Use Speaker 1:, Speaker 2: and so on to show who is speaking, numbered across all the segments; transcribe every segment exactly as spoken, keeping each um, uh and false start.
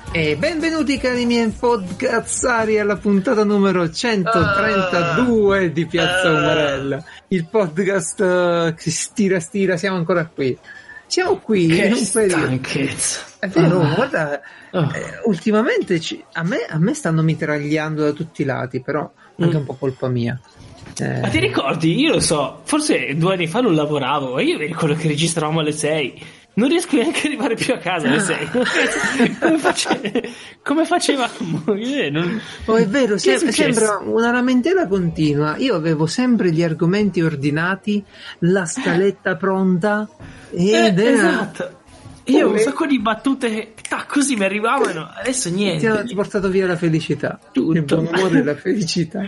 Speaker 1: E benvenuti cari miei podcazzari alla puntata numero centotrentadue uh, di Piazza uh, Umarella, il podcast uh, che stira stira, siamo ancora qui. Siamo qui
Speaker 2: che
Speaker 1: in un periodo.
Speaker 2: Stanchezza.
Speaker 1: È vero,
Speaker 2: uh,
Speaker 1: guarda, uh. eh, ultimamente ci, a, me, a me stanno mitragliando da tutti i lati, però anche mm. un po' colpa mia. Eh.
Speaker 2: Ma ti ricordi? Io lo so, forse due anni fa non lavoravo, ma io mi ricordo che registravamo alle sei. Non riesco neanche ad arrivare più a casa alle sei. Come, face... Come facevamo? Eh, non...
Speaker 1: Oh, è vero, se... è sembra una lamentela continua. Io avevo sempre gli argomenti ordinati, la scaletta pronta ed
Speaker 2: eh,
Speaker 1: era...
Speaker 2: Esatto. Io ho un sacco di battute ah, così mi arrivavano, adesso niente.
Speaker 1: Ti hanno portato via la felicità, tutto. Il buon umore e la felicità.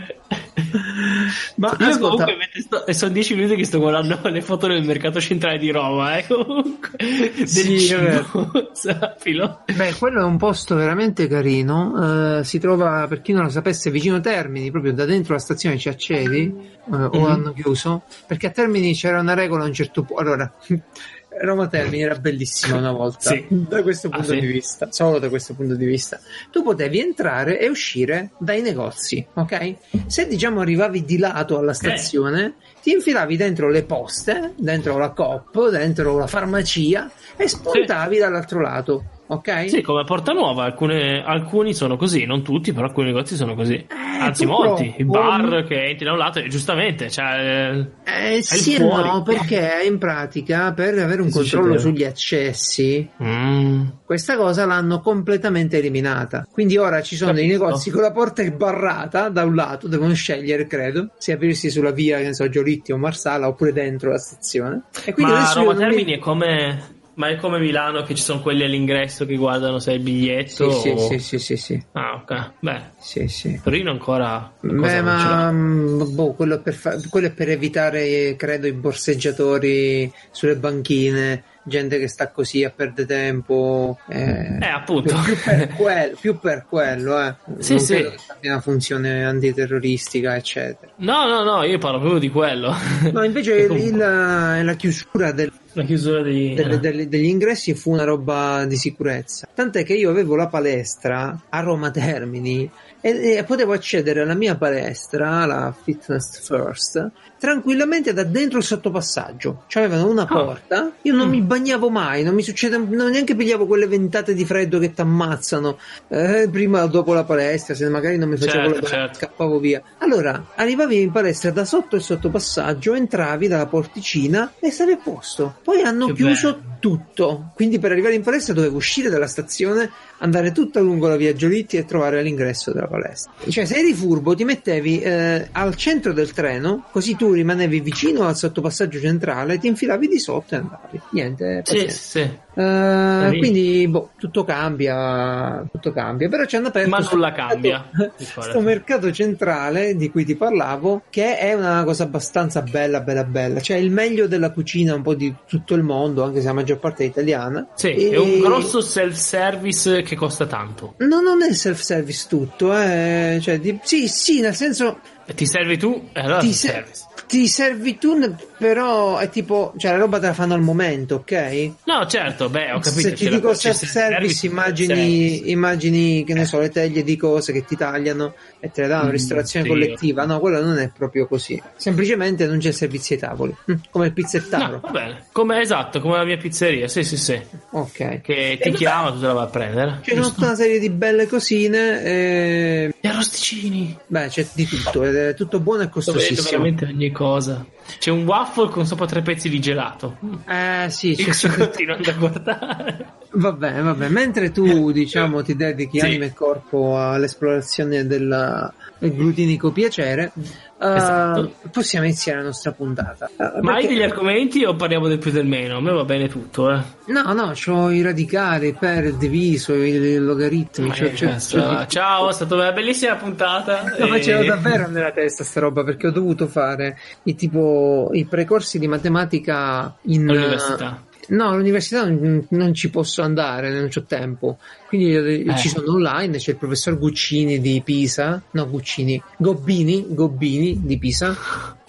Speaker 2: Ma io ascolta... comunque sto, sono dieci minuti che sto guardando le foto del mercato centrale di Roma, eh, comunque del
Speaker 1: sì,
Speaker 2: cibo, sappilo.
Speaker 1: Beh, quello è un posto veramente carino, uh, si trova, per chi non lo sapesse, vicino Termini, proprio da dentro la stazione ci accedi, uh, mm-hmm. o hanno chiuso, perché a Termini c'era una regola a un certo punto. Allora, Roma Termini era bellissima una volta, sì. da questo punto ah, di sì? vista, solo da questo punto di vista. Tu potevi entrare e uscire dai negozi, ok? Se diciamo arrivavi di lato alla stazione, eh. ti infilavi dentro le poste, dentro la Coop, dentro la farmacia e spuntavi sì. dall'altro lato. Ok?
Speaker 2: Sì, come a Porta Nuova, alcune, alcuni sono così, non tutti, però alcuni negozi sono così. Eh, Anzi, molti. I bar che entri da un lato, e giustamente, cioè.
Speaker 1: Eh sì e no, perché in pratica per avere un che controllo succede? sugli accessi, mm. questa cosa l'hanno completamente eliminata. Quindi ora ci sono Capito. dei negozi con la porta barrata da un lato, devono scegliere, credo, se aprirsi sulla via, che ne so, Giolitti o Marsala, oppure dentro la stazione. E quindi
Speaker 2: Ma Roma Termini
Speaker 1: mi...
Speaker 2: è come. Ma è come Milano che ci sono quelli all'ingresso che guardano se hai il biglietto?
Speaker 1: Sì,
Speaker 2: o...
Speaker 1: sì, sì, sì, sì.
Speaker 2: Ah, ok. Beh,
Speaker 1: sì, sì.
Speaker 2: Torino ancora.
Speaker 1: Beh, ma boh, quello, per fa... quello è per evitare, credo, i borseggiatori sulle banchine, gente che sta così a perdere tempo. Eh,
Speaker 2: eh appunto.
Speaker 1: Più per, quel... più per quello, eh.
Speaker 2: Sì,
Speaker 1: non
Speaker 2: sì.
Speaker 1: credo che abbia una funzione antiterroristica, eccetera.
Speaker 2: No, no, no, io parlo proprio di quello.
Speaker 1: No, invece il, il, la chiusura del.
Speaker 2: La chiusura degli...
Speaker 1: Delle, delle, degli ingressi fu una roba di sicurezza, tant'è che io avevo la palestra a Roma Termini e, e potevo accedere alla mia palestra, la Fitness First, tranquillamente da dentro il sottopassaggio. Cioè avevano una porta, io non mm. mi bagnavo mai, non mi succede, non neanche pigliavo quelle ventate di freddo che t'ammazzano eh, prima o dopo la palestra, se magari non mi facevo
Speaker 2: certo,
Speaker 1: la
Speaker 2: certo.
Speaker 1: scappavo via. Allora arrivavi in palestra da sotto il sottopassaggio, entravi dalla porticina e stavi a posto. Poi hanno che chiuso bello. tutto, quindi per arrivare in palestra dovevo uscire dalla stazione, andare tutta lungo la via Giolitti e trovare l'ingresso della palestra. Cioè se eri furbo ti mettevi eh, al centro del treno, così tu rimanevi vicino al sottopassaggio centrale, ti infilavi di sotto e andavi. Niente,
Speaker 2: sì, sì.
Speaker 1: Uh, quindi boh, tutto cambia, tutto cambia, però ci hanno aperto
Speaker 2: ma nulla cambia
Speaker 1: questo mercato centrale di cui ti parlavo, che è una cosa abbastanza bella bella bella, cioè il meglio della cucina un po' di tutto il mondo, anche se la maggior parte è italiana.
Speaker 2: Sì,
Speaker 1: e...
Speaker 2: è un grosso self-service che costa tanto.
Speaker 1: No, non è self-service tutto, eh. Cioè, di... sì, sì, nel senso
Speaker 2: ti servi tu e allora ti servi.
Speaker 1: Ti servi tu, però è tipo, cioè la roba te la fanno al momento, ok?
Speaker 2: No, certo, beh, ho capito.
Speaker 1: Se ti dico self-service, immagini, immagini, che ne so, le teglie di cose che ti tagliano e te le danno, mm, ristorazione Dio. collettiva. No, quello non è proprio così. Semplicemente non c'è servizio ai tavoli, come il pizzettaro.
Speaker 2: No, va bene, come, esatto, come la mia pizzeria, sì, sì, sì.
Speaker 1: Ok.
Speaker 2: Che ti e chiama, beh, tu te la vai a prendere.
Speaker 1: C'è tutta una serie di belle cosine. E...
Speaker 2: Gli arrosticini.
Speaker 1: Beh, c'è di tutto, è tutto buono e costosissimo.
Speaker 2: Veramente ogni cosa. C'è un waffle con sopra tre pezzi di gelato.
Speaker 1: Eh sì, c'è
Speaker 2: sto continuando a guardare.
Speaker 1: Vabbè, vabbè, mentre tu diciamo ti dedichi sì. anima e corpo all'esplorazione del glutinico piacere, esatto. uh, possiamo iniziare la nostra puntata. Uh,
Speaker 2: Ma
Speaker 1: perché...
Speaker 2: hai degli argomenti o parliamo del più del meno? A me va bene tutto, eh.
Speaker 1: No, no, c'ho i radicali, per il diviso, i logaritmi.
Speaker 2: Ma
Speaker 1: c'ho, c'ho, c'ho...
Speaker 2: Ciao, è stata una bellissima puntata.
Speaker 1: No,
Speaker 2: e...
Speaker 1: ma c'era davvero nella testa sta roba, perché ho dovuto fare i tipo i precorsi di matematica in
Speaker 2: all'università.
Speaker 1: No, all'università non, non ci posso andare, non c'ho tempo. Quindi eh. ci sono online, c'è il professor Guccini di Pisa, no Guccini, Gobbini, Gobbini di Pisa,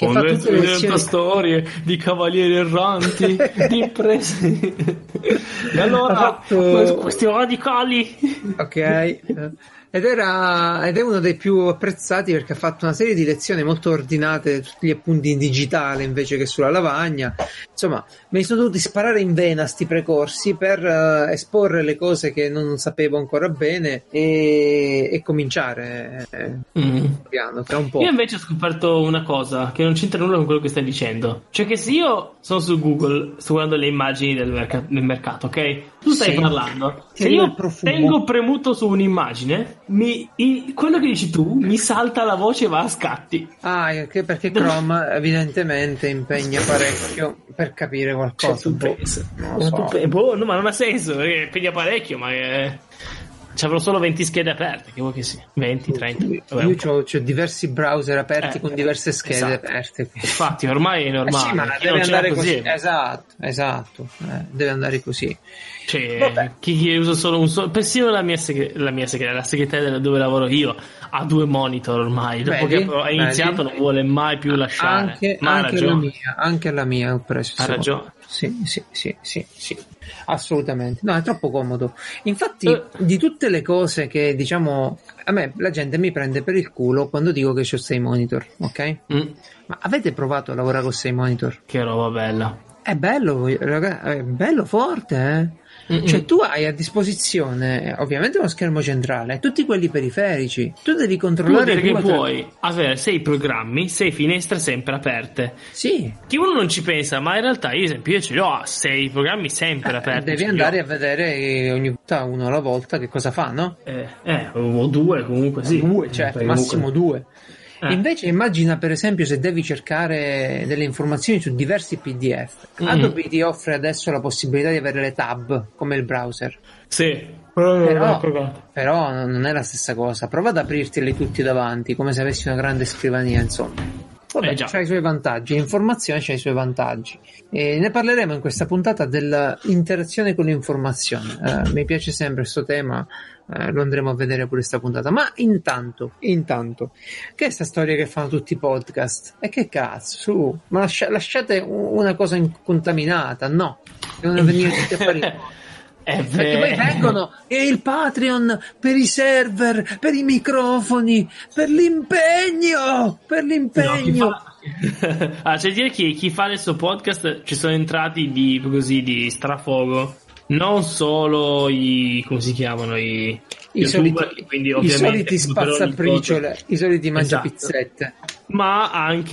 Speaker 1: che
Speaker 2: Ho
Speaker 1: fa
Speaker 2: letto
Speaker 1: tutte le lezioni
Speaker 2: storie di cavalieri erranti, di imprese. E allora,
Speaker 1: fatto...
Speaker 2: questi radicali.
Speaker 1: Ok. Ed, era, ed è uno dei più apprezzati perché ha fatto una serie di lezioni molto ordinate, tutti gli appunti in digitale invece che sulla lavagna. Insomma, mi sono dovuti sparare in vena sti precorsi per uh, esporre le cose che non sapevo ancora bene e, e cominciare eh,
Speaker 2: mm.
Speaker 1: piano, tra un po'.
Speaker 2: Io invece ho scoperto una cosa che non c'entra nulla con quello che stai dicendo. Cioè che se io sono su Google, sto guardando le immagini del, merc- del mercato, ok? Tu stai
Speaker 1: sì.
Speaker 2: parlando. Se io tengo premuto su un'immagine, mi, i, quello che dici tu mi salta la voce e va a scatti.
Speaker 1: Ah, perché, perché Chrome evidentemente impegna parecchio per capire qualcosa.
Speaker 2: Cioè, tu
Speaker 1: boh,
Speaker 2: pensi.
Speaker 1: non lo so.
Speaker 2: Pe- boh, no, ma non ha senso, perché impegna parecchio, ma è... c'avrò solo venti schede aperte, che vuoi che sia? venti, trenta. Vabbè,
Speaker 1: io ho diversi browser aperti
Speaker 2: eh,
Speaker 1: con diverse schede
Speaker 2: esatto.
Speaker 1: aperte.
Speaker 2: Infatti, ormai è normale.
Speaker 1: Eh sì, ma
Speaker 2: chi
Speaker 1: deve
Speaker 2: non
Speaker 1: andare
Speaker 2: così.
Speaker 1: così. Esatto, esatto. Eh, deve andare così.
Speaker 2: Cioè,
Speaker 1: Vabbè.
Speaker 2: chi usa solo un solo, persino la mia, segre... la mia segretaria, la segretaria dove lavoro io, ha due monitor ormai. Dopo
Speaker 1: Vedi?
Speaker 2: che ha iniziato,
Speaker 1: Vedi?
Speaker 2: non vuole mai più lasciare.
Speaker 1: Anche,
Speaker 2: ma
Speaker 1: anche la mia, anche la mia ho preso.
Speaker 2: Ha ragione.
Speaker 1: Sì, sì, sì, sì, sì, assolutamente. No, è troppo comodo. Infatti,
Speaker 2: Eh.
Speaker 1: di tutte le cose che diciamo, a me la gente mi prende per il culo quando dico che ho sei monitor, ok?
Speaker 2: Mm.
Speaker 1: Ma avete provato a lavorare con sei monitor?
Speaker 2: Che roba bella.
Speaker 1: È bello, raga, è bello forte, eh? Mm-mm. Cioè tu hai a disposizione ovviamente uno schermo centrale e tutti quelli periferici, tu devi controllare.
Speaker 2: Tu vuol dire che
Speaker 1: tra...
Speaker 2: puoi avere sei programmi, sei finestre sempre aperte.
Speaker 1: Sì.
Speaker 2: Che uno non ci pensa, ma in realtà io esempio io ce li ho sei programmi sempre
Speaker 1: eh,
Speaker 2: aperti.
Speaker 1: devi andare a vedere ogni volta uno alla volta che cosa fa, no?
Speaker 2: Eh, eh o due comunque sì.
Speaker 1: Due, cioè
Speaker 2: Perché
Speaker 1: massimo
Speaker 2: comunque...
Speaker 1: due.
Speaker 2: Eh.
Speaker 1: Invece immagina per esempio se devi cercare delle informazioni su diversi P D F. Mm-hmm. Adobe ti offre adesso la possibilità di avere le tab come il browser.
Speaker 2: Sì.
Speaker 1: Però, però non è la stessa cosa. Prova ad aprirteli tutti davanti come se avessi una grande scrivania, insomma. Vabbè,
Speaker 2: eh
Speaker 1: c'ha i suoi vantaggi, l'informazione c'ha i suoi vantaggi. E ne parleremo in questa puntata dell'interazione con l'informazione. Eh, mi piace sempre questo tema. Eh, lo andremo a vedere pure sta puntata. Ma intanto, intanto, che è sta storia che fanno tutti i podcast? E che cazzo, su, ma lascia, lasciate una cosa incontaminata, no? Devono venire tutti a fare.
Speaker 2: È
Speaker 1: Perché poi vengono e il Patreon per i server, per i microfoni, per l'impegno, per l'impegno.
Speaker 2: No, fa... ah, cioè dire che chi fa adesso podcast ci sono entrati di così di strafogo. Non solo i come si chiamano i
Speaker 1: I soliti,
Speaker 2: quindi
Speaker 1: i soliti spazzabriciole, i soliti mangiapizzette.
Speaker 2: Esatto. Ma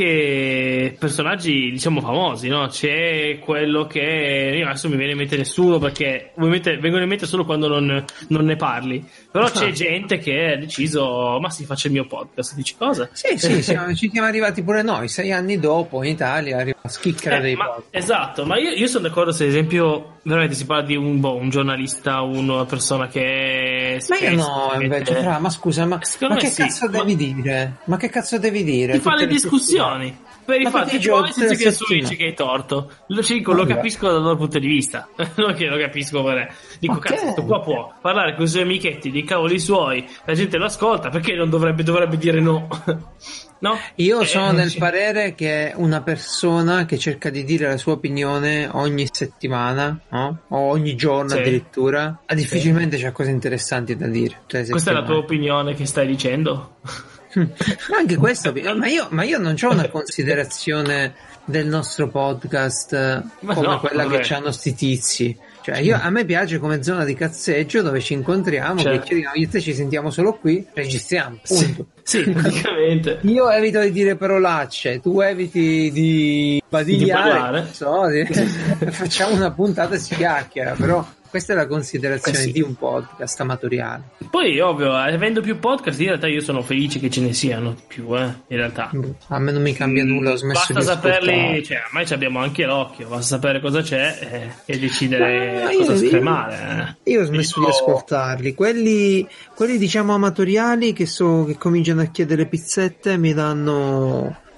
Speaker 2: anche personaggi diciamo famosi, no? C'è quello che io adesso mi viene in mente nessuno perché ovviamente vengono in mente solo quando non, non ne parli, però ah. c'è gente che ha deciso ma si faccia il mio podcast, dici cosa?
Speaker 1: Sì sì, siamo, ci siamo arrivati pure noi sei anni dopo in Italia arriva a schicchiere
Speaker 2: eh,
Speaker 1: dei
Speaker 2: ma,
Speaker 1: podcast.
Speaker 2: Esatto, ma io, io sono d'accordo se ad esempio veramente si parla di un, boh, un giornalista, una persona che
Speaker 1: ma io no invece eh, fra, ma scusa ma, ma che sì, cazzo ma... devi dire? Ma che cazzo devi dire?
Speaker 2: Ti fa le discussioni per i fatti tuoi senza che nessuno dice che hai torto. Lo, dico, lo capisco dal loro punto di vista. Non che lo capisco per dico okay. Cazzo, questo qua può parlare con i suoi amichetti di cavoli suoi, la gente lo ascolta, perché non dovrebbe dovrebbe dire no? No?
Speaker 1: Io sono
Speaker 2: eh,
Speaker 1: del
Speaker 2: sì.
Speaker 1: parere che una persona che cerca di dire la sua opinione ogni settimana, no? O ogni giorno sì. addirittura, difficilmente sì. c'ha cose interessanti da dire.
Speaker 2: Questa è la tua opinione che stai dicendo?
Speaker 1: Anche questo, ma io, ma io non c'ho una considerazione del nostro podcast
Speaker 2: ma
Speaker 1: come
Speaker 2: no,
Speaker 1: quella
Speaker 2: vabbè.
Speaker 1: che c'hanno sti tizi. Cioè io, a me piace come zona di cazzeggio dove ci incontriamo,
Speaker 2: cioè.
Speaker 1: che ci diciamo, io e te ci sentiamo solo qui, registriamo, punto.
Speaker 2: Sì, sì, praticamente.
Speaker 1: Io evito di dire parolacce, tu eviti di badigliare,
Speaker 2: di
Speaker 1: so, di... facciamo una puntata e si chiacchiera, però questa è la considerazione eh sì. di un podcast amatoriale.
Speaker 2: Poi ovvio, avendo più podcast in realtà io sono felice che ce ne siano più, eh, in realtà.
Speaker 1: A me non mi cambia nulla, ho smesso
Speaker 2: basta
Speaker 1: di
Speaker 2: saperli,
Speaker 1: ascoltare.
Speaker 2: cioè ormai abbiamo anche l'occhio, basta sapere cosa c'è eh, e decidere
Speaker 1: Ma
Speaker 2: cosa
Speaker 1: io,
Speaker 2: scremare.
Speaker 1: Io, io ho smesso io... di ascoltarli, quelli, quelli diciamo amatoriali che so che cominciano a chiedere pizzette mi danno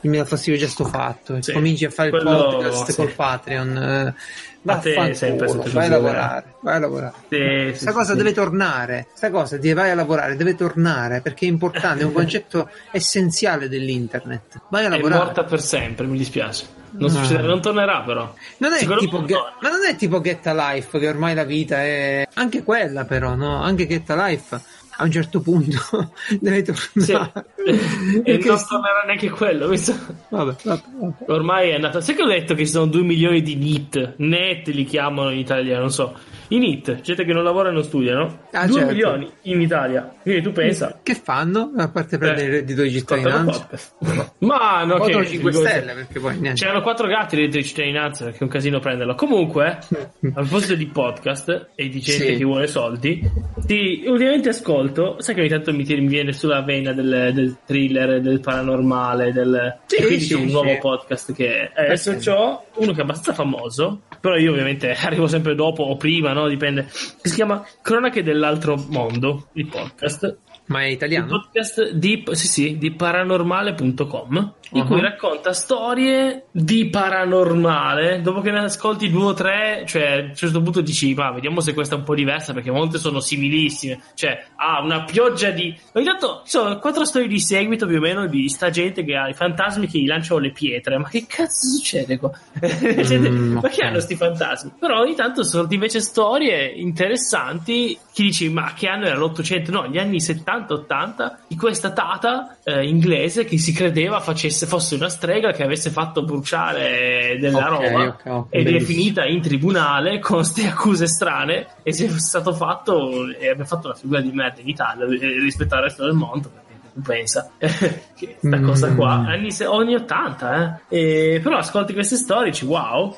Speaker 1: mi dà fastidio già sto fatto,
Speaker 2: sì,
Speaker 1: cominci a fare il
Speaker 2: quello,
Speaker 1: podcast
Speaker 2: sì.
Speaker 1: col Patreon, eh,
Speaker 2: A te sempre
Speaker 1: vaffanculo, vai a lavorare, vai a lavorare.
Speaker 2: Sì,
Speaker 1: Sta
Speaker 2: sì,
Speaker 1: cosa
Speaker 2: sì,
Speaker 1: deve
Speaker 2: sì.
Speaker 1: tornare, sta cosa di vai a lavorare deve tornare perché è importante, è un concetto essenziale dell'internet. Vai a
Speaker 2: È
Speaker 1: lavorare.
Speaker 2: morta per sempre, mi dispiace. Non,
Speaker 1: Ah.
Speaker 2: succederà, non tornerà però.
Speaker 1: Non è
Speaker 2: Secondo
Speaker 1: tipo
Speaker 2: me non
Speaker 1: Get-
Speaker 2: torna.
Speaker 1: ma non è tipo Get a Life che ormai la vita è anche quella, però, no? Anche Get a Life a un certo punto deve
Speaker 2: Sì.
Speaker 1: tornare.
Speaker 2: E
Speaker 1: Perché
Speaker 2: non
Speaker 1: s-
Speaker 2: tornerà neanche quello. visto?
Speaker 1: vabbè, vabbè, vabbè.
Speaker 2: Ormai è andata. Sai che ho letto che ci sono due milioni di N I T? Net li chiamano in Italia, non so. I N I T, gente che non lavora e non studia, no?
Speaker 1: Ah,
Speaker 2: due
Speaker 1: certo.
Speaker 2: milioni in Italia. Quindi tu pensa.
Speaker 1: Che fanno? A parte prendere il reddito di
Speaker 2: ascoltano
Speaker 1: cittadinanza.
Speaker 2: podcast. Ma no,
Speaker 1: Votano
Speaker 2: che
Speaker 1: cinque Stelle perché poi niente.
Speaker 2: c'erano quattro gatti di reddito di cittadinanza, perché è un casino prenderlo. Comunque, a proposito di podcast e di gente
Speaker 1: Sì.
Speaker 2: che vuole soldi, ti, ultimamente ascolto, sai che ogni tanto mi, mi viene sulla vena del, del thriller, del paranormale, del...
Speaker 1: Sì,
Speaker 2: e quindi
Speaker 1: sì,
Speaker 2: c'è un
Speaker 1: sì.
Speaker 2: nuovo podcast che eh, adesso c'ho uno che è abbastanza famoso, però io ovviamente arrivo sempre dopo o prima, no? Dipende. Che si chiama Cronache dell'altro mondo, il podcast.
Speaker 1: Ma è
Speaker 2: Un
Speaker 1: italiano?
Speaker 2: podcast di, sì, sì, di paranormale punto com in
Speaker 1: Uh-huh.
Speaker 2: cui racconta storie di paranormale. Dopo che ne ascolti due o tre, cioè a un certo punto dici ma vediamo se questa è un po' diversa, perché molte sono similissime. Cioè ah, una pioggia di ogni tanto ci sono quattro storie di seguito più o meno di sta gente che ha i fantasmi che gli lanciano le pietre. Ma che cazzo succede qua? Gente,
Speaker 1: Mm,
Speaker 2: ma che
Speaker 1: ok.
Speaker 2: hanno sti fantasmi? Però ogni tanto sono invece storie interessanti. Chi dici ma che anno era l'Ottocento? No, gli anni settanta ottanta di questa tata eh, inglese che si credeva facesse fosse una strega che avesse fatto bruciare della
Speaker 1: Ok,
Speaker 2: roba
Speaker 1: ok, ok,
Speaker 2: ed è
Speaker 1: bellissimo.
Speaker 2: finita in tribunale con queste accuse strane e si è stato fatto e abbia fatto una figura di merda in Italia eh, rispetto al resto del mondo, perché tu pensa che sta
Speaker 1: Mm.
Speaker 2: cosa qua anni, se- anni ottanta eh. E, però ascolti queste storie e dici wow.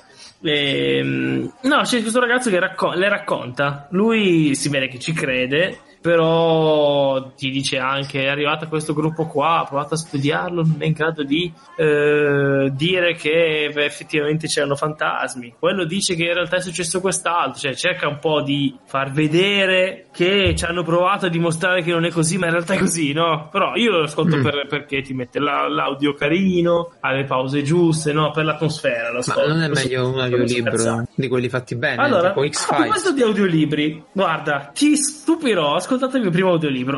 Speaker 2: Ehm, no, c'è questo ragazzo che racco- le racconta, lui si vede che ci crede, però ti dice anche è arrivato a questo gruppo qua, ha provato a studiarlo, non è in grado di eh, dire che beh, effettivamente c'erano fantasmi, quello dice che in realtà è successo quest'altro, cioè cerca un po' di far vedere che ci hanno provato a dimostrare che non è così, ma in realtà è così, no? Però io lo ascolto
Speaker 1: Mm.
Speaker 2: per, perché ti mette la- l'audio carino, ha le pause giuste, no? Per l'atmosfera lo
Speaker 1: Ma
Speaker 2: ascolto.
Speaker 1: non è
Speaker 2: Non so-
Speaker 1: meglio un
Speaker 2: non so
Speaker 1: audiolibro
Speaker 2: scherzare.
Speaker 1: di quelli fatti bene,
Speaker 2: Allora,
Speaker 1: tipo
Speaker 2: a
Speaker 1: X-Files?
Speaker 2: proposito di audiolibri, guarda, ti stupirò, ascoltate il mio primo audiolibro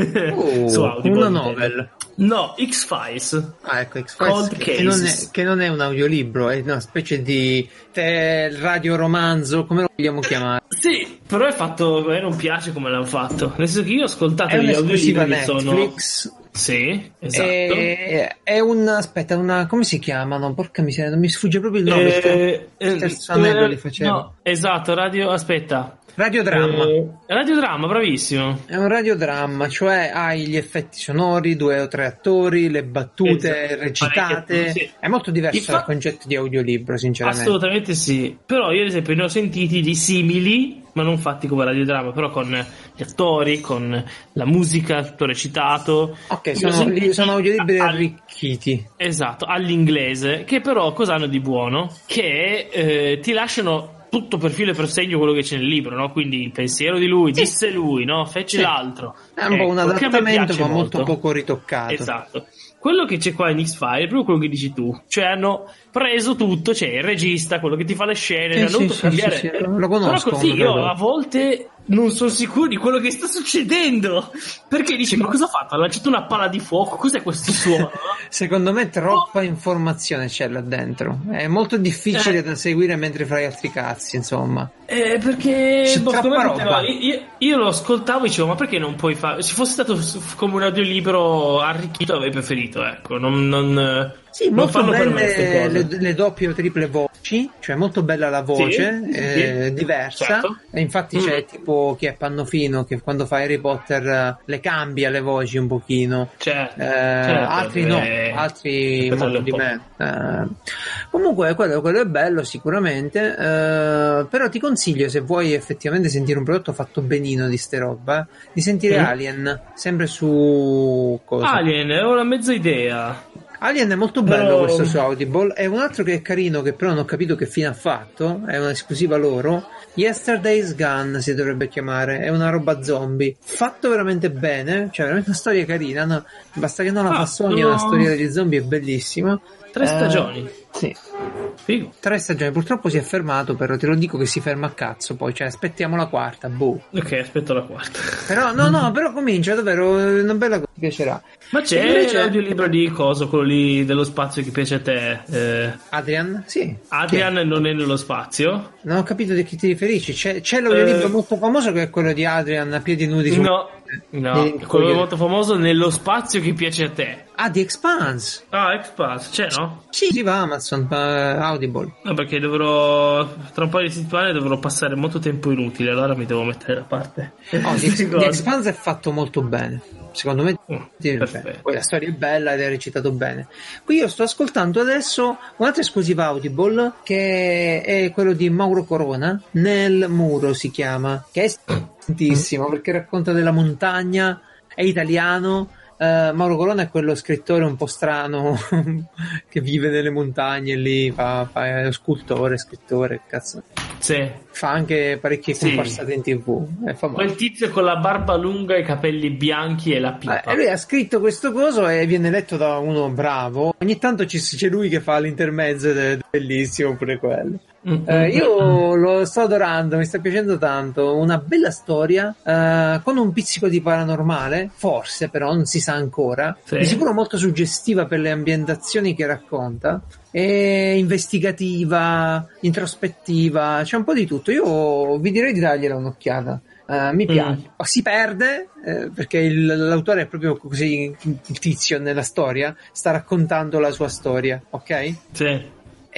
Speaker 1: Oh,
Speaker 2: su Audible.
Speaker 1: una novel.
Speaker 2: No, X-Files.
Speaker 1: Ah, ecco, X-Files
Speaker 2: Cold
Speaker 1: che, che non
Speaker 2: Cases.
Speaker 1: è, che non è un audiolibro, è una specie di te- radioromanzo, come lo vogliamo chiamare?
Speaker 2: Sì, però è fatto, a me non piace come l'hanno fatto. Nel senso che io ho ascoltato
Speaker 1: È
Speaker 2: gli
Speaker 1: un'esclusiva
Speaker 2: audiolibri che sono...
Speaker 1: Netflix.
Speaker 2: Sì, esatto.
Speaker 1: È, è un aspetta, una come si chiamano? Porca miseria, non mi sfugge proprio il nome. il ter-
Speaker 2: Eh,
Speaker 1: il
Speaker 2: eh,
Speaker 1: terzo anello
Speaker 2: eh,
Speaker 1: li faceva.
Speaker 2: no, esatto, radio, aspetta.
Speaker 1: Radiodramma.
Speaker 2: Eh, radiodramma, bravissimo.
Speaker 1: È un radiodramma, cioè hai gli effetti sonori, due o tre attori, le battute
Speaker 2: Esatto.
Speaker 1: recitate.
Speaker 2: Parecchie- sì.
Speaker 1: È molto diverso
Speaker 2: Infa-
Speaker 1: dal concetto di audiolibro, sinceramente.
Speaker 2: Assolutamente sì. Però io ad esempio ne ho sentiti di simili, ma non fatti come radiodramma, però con gli attori, con la musica, tutto recitato.
Speaker 1: Ok,
Speaker 2: Li ho
Speaker 1: sono,
Speaker 2: sentiti
Speaker 1: li- sono audiolibri
Speaker 2: al-
Speaker 1: arricchiti.
Speaker 2: Esatto, all'inglese, che però cosa hanno di buono? Che eh, ti lasciano tutto per filo e per segno quello che c'è nel libro, no? Quindi il pensiero di lui,
Speaker 1: Sì.
Speaker 2: disse lui, no? Fece
Speaker 1: Sì.
Speaker 2: l'altro.
Speaker 1: È un po' un
Speaker 2: Ecco, che a me
Speaker 1: adattamento,
Speaker 2: piace
Speaker 1: ma molto
Speaker 2: molto.
Speaker 1: poco ritoccato.
Speaker 2: Esatto. Quello che c'è qua in X-Files è proprio quello che dici tu, cioè hanno preso tutto, c'è il regista, quello che ti fa le scene,
Speaker 1: Sì,
Speaker 2: hanno
Speaker 1: sì,
Speaker 2: dovuto
Speaker 1: sì,
Speaker 2: cambiare.
Speaker 1: sì, sì, lo conosco,
Speaker 2: Però così
Speaker 1: lo
Speaker 2: io
Speaker 1: vedo.
Speaker 2: a volte non sono sicuro di quello che sta succedendo, perché dici ma cosa ha fatto? Ha lanciato una palla di fuoco, cos'è questo suono?
Speaker 1: Secondo me troppa informazione c'è là dentro. È molto difficile
Speaker 2: Eh.
Speaker 1: da seguire mentre fai altri cazzi, insomma.
Speaker 2: Eh, perché
Speaker 1: C'è
Speaker 2: boh,
Speaker 1: troppa
Speaker 2: secondo me
Speaker 1: roba.
Speaker 2: poteva- io, io lo ascoltavo e dicevo ma perché non puoi fare, se fosse stato s- come un audiolibro arricchito avrei preferito, ecco, non, non,
Speaker 1: Sì,
Speaker 2: non
Speaker 1: molto
Speaker 2: fanno per me queste
Speaker 1: belle
Speaker 2: cose.
Speaker 1: le, le doppie o triple voci, cioè molto bella la voce,
Speaker 2: Sì, sì,
Speaker 1: eh,
Speaker 2: sì.
Speaker 1: diversa.
Speaker 2: Certo.
Speaker 1: E infatti
Speaker 2: Mm.
Speaker 1: c'è tipo chi è Pannofino che quando fa Harry Potter eh, le cambia le voci un pochino.
Speaker 2: Certo,
Speaker 1: Eh,
Speaker 2: certo,
Speaker 1: altri no,
Speaker 2: eh,
Speaker 1: altri
Speaker 2: per
Speaker 1: molto
Speaker 2: un
Speaker 1: di
Speaker 2: po'.
Speaker 1: me. Eh, comunque quello, quello è bello sicuramente, eh, però ti consiglio, se vuoi effettivamente sentire un prodotto fatto benino di ste roba, di sentire
Speaker 2: Mm.
Speaker 1: Alien, sempre su cosa?
Speaker 2: Alien, ho una mezza idea.
Speaker 1: Alien è molto bello
Speaker 2: Però...
Speaker 1: questo su Audible. E un altro che è carino, che però non ho capito che fine ha fatto, è un'esclusiva loro, Yesterday's Gun si dovrebbe chiamare, è una roba zombie, fatto veramente bene, cioè veramente una storia carina, no? Basta che non la
Speaker 2: ah,
Speaker 1: fa Sony,
Speaker 2: no.
Speaker 1: la storia degli zombie è bellissima.
Speaker 2: Tre stagioni.
Speaker 1: Eh, sì.
Speaker 2: Figo.
Speaker 1: Tre stagioni, purtroppo si è fermato, però te lo dico che si ferma a cazzo poi, cioè aspettiamo la quarta, boh.
Speaker 2: Ok, aspetto la quarta.
Speaker 1: Però no, no, però comincia davvero una bella cosa, ti piacerà.
Speaker 2: Ma c'è
Speaker 1: invece...
Speaker 2: l'audiolibro di coso, quello lì dello spazio che piace a te. Eh...
Speaker 1: Adrian? Sì.
Speaker 2: Adrian
Speaker 1: Chi è?
Speaker 2: Non è nello spazio.
Speaker 1: Non ho capito di chi ti riferisci. C'è, c'è l'audiolibro
Speaker 2: Eh...
Speaker 1: molto famoso che è quello di Adrian a piedi nudi su...
Speaker 2: No, no, quello molto famoso nello spazio che piace a te.
Speaker 1: Ah, The Expanse.
Speaker 2: Ah, Expanse, c'è, no?
Speaker 1: Sì, sì, va Amazon, va Audible.
Speaker 2: No, perché dovrò tra un paio di settimane dovrò passare molto tempo inutile, allora mi devo mettere da parte.
Speaker 1: Oh, The, Ex- The Expanse è fatto molto bene. Secondo me
Speaker 2: mm,
Speaker 1: bene. Poi la storia è bella ed è recitato bene. Qui io sto ascoltando adesso un'altra esclusiva Audible che è quello di Mauro Corona, Nel Muro si chiama, che è tantissimo perché racconta della montagna, è italiano. Uh, Mauro Corona è quello scrittore un po' strano che vive nelle montagne lì, fa, fa è lo scultore, scrittore, cazzo.
Speaker 2: Sì.
Speaker 1: Fa anche parecchie
Speaker 2: sì.
Speaker 1: comparsate in tv. È famoso.
Speaker 2: Quel tizio con la barba lunga, i capelli bianchi e la pipa.
Speaker 1: Eh, lui ha scritto questo coso e viene letto da uno bravo. Ogni tanto ci, c'è lui che fa l'intermezzo ed è bellissimo pure quello. Mm-hmm. Eh, io lo sto adorando, mi sta piacendo tanto. Una bella storia eh, con un pizzico di paranormale, forse, però non si sa ancora. Sì. Di sicuro molto suggestiva per le ambientazioni che racconta. È investigativa, introspettiva, c'è un po' di tutto. Io vi direi di dargliela un'occhiata. Uh, mi piace, mm. si perde eh, perché il, l'autore è proprio così, il tizio nella storia sta raccontando la sua storia, ok?
Speaker 2: Sì.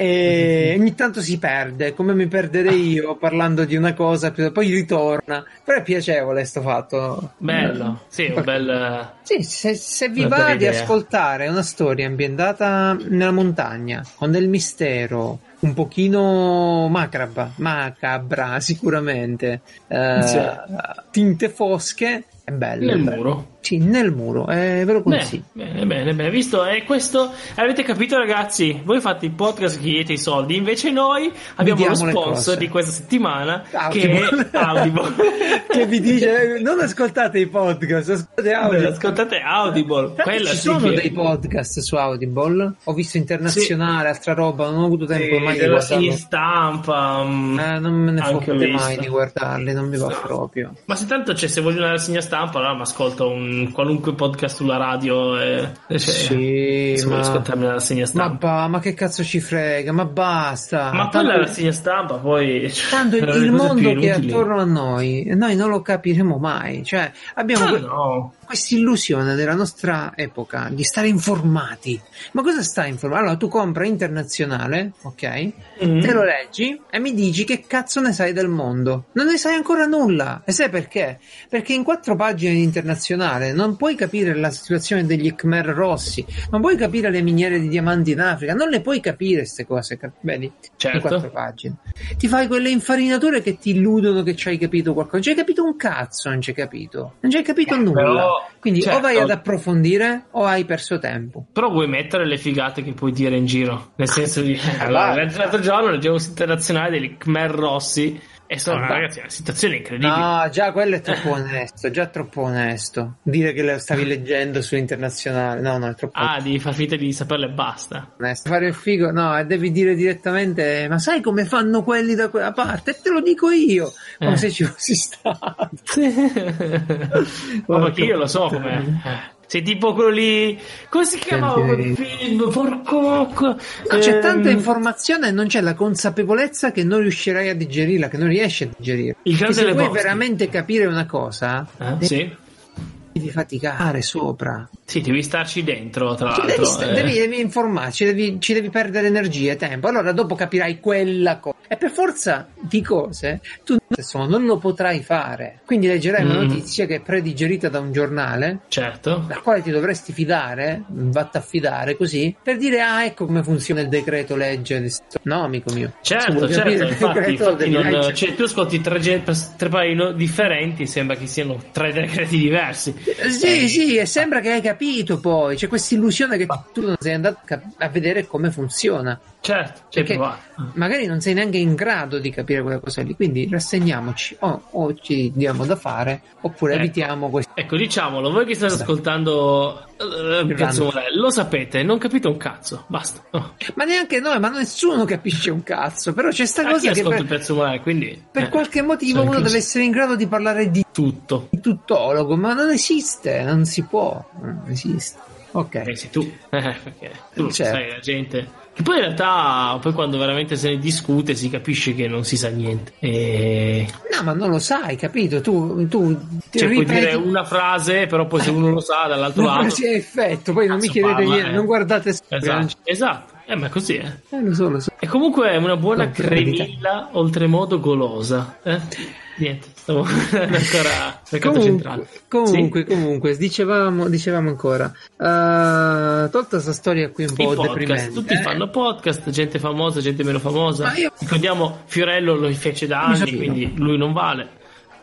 Speaker 1: E ogni tanto si perde, come mi perderei io parlando di una cosa, poi ritorna, però è piacevole sto fatto.
Speaker 2: Bello, sì, un bel...
Speaker 1: Sì, se, se vi va di ascoltare una storia ambientata nella montagna, con del mistero, un pochino macabra, macabra sicuramente, eh, sì. Tinte fosche, è bello.
Speaker 2: Nel
Speaker 1: è bello.
Speaker 2: muro.
Speaker 1: Sì, nel muro, eh, ve lo consiglio.
Speaker 2: Bene, bene, bene, visto, è questo, avete capito ragazzi, voi fate il podcast che chiedete i soldi, invece noi abbiamo lo sponsor di questa settimana Audible. Che è Audible.
Speaker 1: Che vi dice, non ascoltate i podcast, ascoltate Audible.
Speaker 2: Ascoltate Audible.
Speaker 1: Quella ci sono che... dei podcast su Audible, ho visto Internazionale, sì. Altra roba, non ho avuto tempo
Speaker 2: sì,
Speaker 1: mai
Speaker 2: di guardarli. Segna stampa,
Speaker 1: eh, non me ne fotte mai di guardarli, non mi va so. proprio.
Speaker 2: Ma se tanto c'è, se voglio una rassegna stampa, allora mi ascolto un qualunque podcast sulla radio e, cioè,
Speaker 1: sì,
Speaker 2: se
Speaker 1: ma,
Speaker 2: voglio ascoltarmi la rassegna stampa.
Speaker 1: Ma, ba, ma che cazzo ci frega, ma basta.
Speaker 2: Ma poi la rassegna stampa poi
Speaker 1: tanto il, il mondo che è attorno a noi noi non lo capiremo mai, cioè abbiamo
Speaker 2: ah,
Speaker 1: que-
Speaker 2: no.
Speaker 1: questa illusione della nostra epoca di stare informati. Ma cosa sta informato? Allora tu compra Internazionale, ok? Mm. Te lo leggi e mi dici che cazzo ne sai del mondo. Non ne sai ancora nulla. E sai perché? Perché in quattro pagine di Internazionale non puoi capire la situazione degli Khmer rossi, non puoi capire le miniere di diamanti in Africa, non le puoi capire queste cose, vedi?
Speaker 2: Certo.
Speaker 1: In quattro pagine. Ti fai quelle infarinature che ti illudono che ci hai capito qualcosa. Non ci hai capito un cazzo, non ci hai capito. Non ci hai capito nulla.
Speaker 2: Però,
Speaker 1: quindi
Speaker 2: certo.
Speaker 1: o vai ad approfondire o hai perso tempo.
Speaker 2: Però vuoi mettere le figate che puoi dire in giro, nel senso di eh, allora, l'altro giorno leggevo su Internazionale degli Khmer rossi e sono ragazzi una situazione incredibile.
Speaker 1: No, già quello è troppo onesto, già troppo onesto dire che lo stavi leggendo su Internazionale. No, no, è troppo
Speaker 2: ah, devi far finta di saperle e basta.
Speaker 1: Onesto. Fare il figo, no, devi dire direttamente ma sai come fanno quelli da quella parte? E te lo dico io, come eh. se ci fossi stato.
Speaker 2: Ma perché io lo so come sei tipo quello lì, come si chiamava quel film? Porco no,
Speaker 1: c'è
Speaker 2: ehm...
Speaker 1: tanta informazione e non c'è la consapevolezza che non riuscirai a digerirla, che non riesci a digerirla.
Speaker 2: Il
Speaker 1: che se vuoi
Speaker 2: boschi.
Speaker 1: veramente capire una cosa
Speaker 2: eh, devi, sì.
Speaker 1: devi faticare sopra.
Speaker 2: Sì, devi starci dentro, tra
Speaker 1: ci
Speaker 2: l'altro.
Speaker 1: Devi, eh. devi, devi informarci, devi, ci devi perdere energie, tempo. Allora dopo capirai quella cosa. e per forza di cose tu non lo potrai fare, quindi leggerai una
Speaker 2: Mm.
Speaker 1: notizia che è predigerita da un giornale
Speaker 2: Certo.
Speaker 1: dal quale ti dovresti fidare, vatta a fidare così, per dire ah ecco come funziona il decreto legge. No amico mio, se
Speaker 2: Certo,
Speaker 1: vuoi capire
Speaker 2: certo,
Speaker 1: il
Speaker 2: infatti,
Speaker 1: decreto
Speaker 2: infatti
Speaker 1: devi
Speaker 2: non-
Speaker 1: leggere.
Speaker 2: cioè, tu ascolti tre, gen- tre paio no- differenti, sembra che siano tre decreti diversi.
Speaker 1: Sì,
Speaker 2: Eh,
Speaker 1: sì, e sembra che hai capito poi, c'è questa illusione che tu non sei andato a cap- a vedere come funziona.
Speaker 2: Certo, cioè,
Speaker 1: Perché
Speaker 2: va.
Speaker 1: magari non sei neanche in grado di capire quella cosa lì, quindi rassegniamoci, o, o ci diamo da fare, oppure
Speaker 2: Ecco.
Speaker 1: evitiamo questo.
Speaker 2: Ecco, diciamolo, voi che state ascoltando eh,
Speaker 1: Il
Speaker 2: Piazza
Speaker 1: random.
Speaker 2: Morelli, lo sapete, non capite un cazzo, basta. No.
Speaker 1: Ma neanche noi, ma nessuno capisce un cazzo, però c'è sta
Speaker 2: A chi
Speaker 1: cosa che
Speaker 2: ascolta
Speaker 1: per,
Speaker 2: il Piazza Morelli, quindi...
Speaker 1: per
Speaker 2: eh,
Speaker 1: qualche motivo
Speaker 2: sono
Speaker 1: uno
Speaker 2: incluso.
Speaker 1: deve essere in grado di parlare di
Speaker 2: Tutto.
Speaker 1: tuttologo, ma non esiste, non si può, non esiste. Ok.
Speaker 2: Eh, sei tu, eh, perché tu lo
Speaker 1: Certo.
Speaker 2: sai, la gente... Che poi in realtà, poi quando veramente se ne discute si capisce che non si sa niente. E...
Speaker 1: No, ma non lo sai, capito? Tu, tu ti
Speaker 2: Cioè, puoi
Speaker 1: ripeti
Speaker 2: dire una frase, però poi se uno lo sa dall'altro
Speaker 1: non
Speaker 2: lato...
Speaker 1: si è effetto, poi non mi
Speaker 2: Cazzo
Speaker 1: chiedete
Speaker 2: parla,
Speaker 1: niente,
Speaker 2: eh.
Speaker 1: non guardate
Speaker 2: Esatto, esatto. Eh, ma è così, eh.
Speaker 1: Eh, lo so, lo so.
Speaker 2: E comunque è una buona
Speaker 1: No, per verità.
Speaker 2: cremilla oltremodo golosa. Eh? Niente, stavo ancora peccato
Speaker 1: Comunque,
Speaker 2: centrale.
Speaker 1: comunque, comunque, dicevamo, dicevamo ancora, uh, tolta questa storia qui un
Speaker 2: I
Speaker 1: po'
Speaker 2: podcast,
Speaker 1: deprimente.
Speaker 2: tutti
Speaker 1: eh,
Speaker 2: fanno podcast, gente famosa, gente meno famosa.
Speaker 1: Ma io-
Speaker 2: Ricordiamo, Fiorello lo fece da
Speaker 1: Mi
Speaker 2: anni,
Speaker 1: so-
Speaker 2: quindi lui non vale.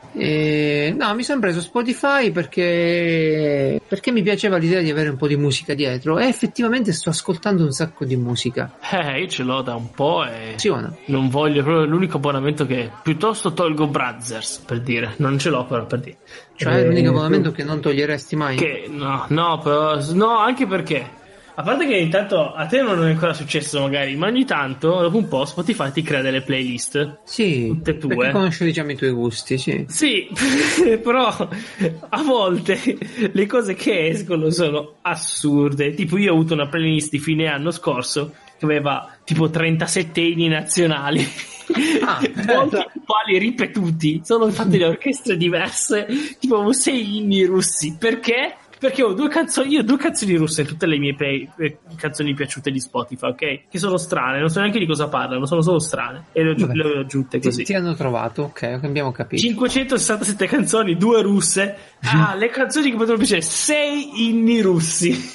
Speaker 1: eh, no, mi sono preso Spotify perché, perché mi piaceva l'idea di avere un po' di musica dietro e effettivamente sto ascoltando un sacco di musica.
Speaker 2: Eh, io ce l'ho da un po' e
Speaker 1: Funziona.
Speaker 2: non voglio proprio l'unico abbonamento che piuttosto tolgo Brazzers, per dire. Non ce l'ho però per dire.
Speaker 1: Cioè è
Speaker 2: Eh,
Speaker 1: l'unico abbonamento che non toglieresti mai.
Speaker 2: Che no, no, però no, anche perché a parte che intanto a te non è ancora successo magari, ma ogni tanto dopo un po' Spotify ti crea delle playlist.
Speaker 1: Sì,
Speaker 2: Tutte tue.
Speaker 1: perché conosco diciamo i tuoi gusti, sì.
Speaker 2: Sì, però a volte le cose che escono sono assurde. Tipo io ho avuto una playlist di fine anno scorso che aveva tipo trentasette inni nazionali.
Speaker 1: Ah,
Speaker 2: Molti quali ripetuti, sono fatte da orchestre diverse, tipo sei inni russi. Perché? Perché ho due canzoni, io ho due canzoni russe in tutte le mie play, eh, canzoni piaciute di Spotify, ok? Che sono strane, non so neanche di cosa parlano, sono solo strane. E le ho,
Speaker 1: Vabbè.
Speaker 2: le ho aggiunte
Speaker 1: Ti,
Speaker 2: così.
Speaker 1: ti hanno trovato, ok, abbiamo capito.
Speaker 2: cinquecentosessantasette canzoni, due russe. Ah, le canzoni che potrebbero piacere, sei inni russi.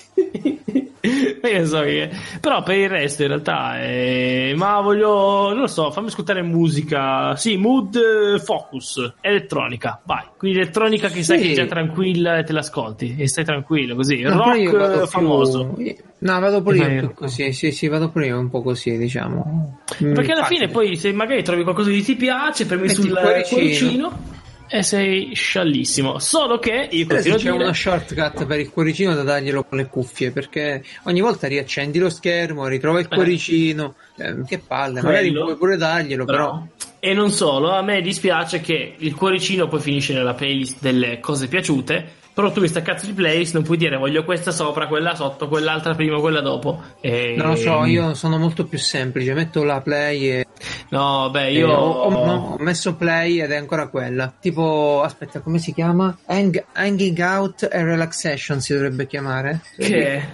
Speaker 2: Io so che... Però per il resto in realtà è... Ma voglio... non lo so, fammi ascoltare musica. Sì, mood eh, focus, elettronica, vai. Quindi elettronica che sai
Speaker 1: Sì.
Speaker 2: che è già tranquilla e te l'ascolti e stai tranquillo così.
Speaker 1: No, però io vado
Speaker 2: Rock
Speaker 1: più-
Speaker 2: famoso.
Speaker 1: No, vado pure
Speaker 2: Vai.
Speaker 1: io più così, sì, sì, vado pure io un po' così, diciamo.
Speaker 2: Perché alla
Speaker 1: Mm,
Speaker 2: fine
Speaker 1: facile.
Speaker 2: poi se magari trovi qualcosa che ti piace, premi
Speaker 1: Metti
Speaker 2: sul
Speaker 1: il cuoricino.
Speaker 2: cuoricino e sei sciallissimo. Solo che io
Speaker 1: Però se
Speaker 2: continuo a
Speaker 1: c'è
Speaker 2: dire...
Speaker 1: uno shortcut per il cuoricino da darglielo con le cuffie, perché ogni volta riaccendi lo schermo, ritrova il cuoricino, eh, che palle, magari
Speaker 2: Quello.
Speaker 1: puoi pure darglielo, però...
Speaker 2: Però. E non solo, a me dispiace che il cuoricino poi finisce nella playlist delle cose piaciute, però tu questa cazzo di playlist non puoi dire voglio questa sopra, quella sotto, quell'altra prima, quella dopo. E...
Speaker 1: Non lo so, io sono molto più semplice, metto la play e...
Speaker 2: No, beh,
Speaker 1: e
Speaker 2: io...
Speaker 1: ho, ho- no, ho messo play ed è ancora quella. Tipo, aspetta, come si chiama? Hang- hanging Out e Relaxation si dovrebbe chiamare.
Speaker 2: Che...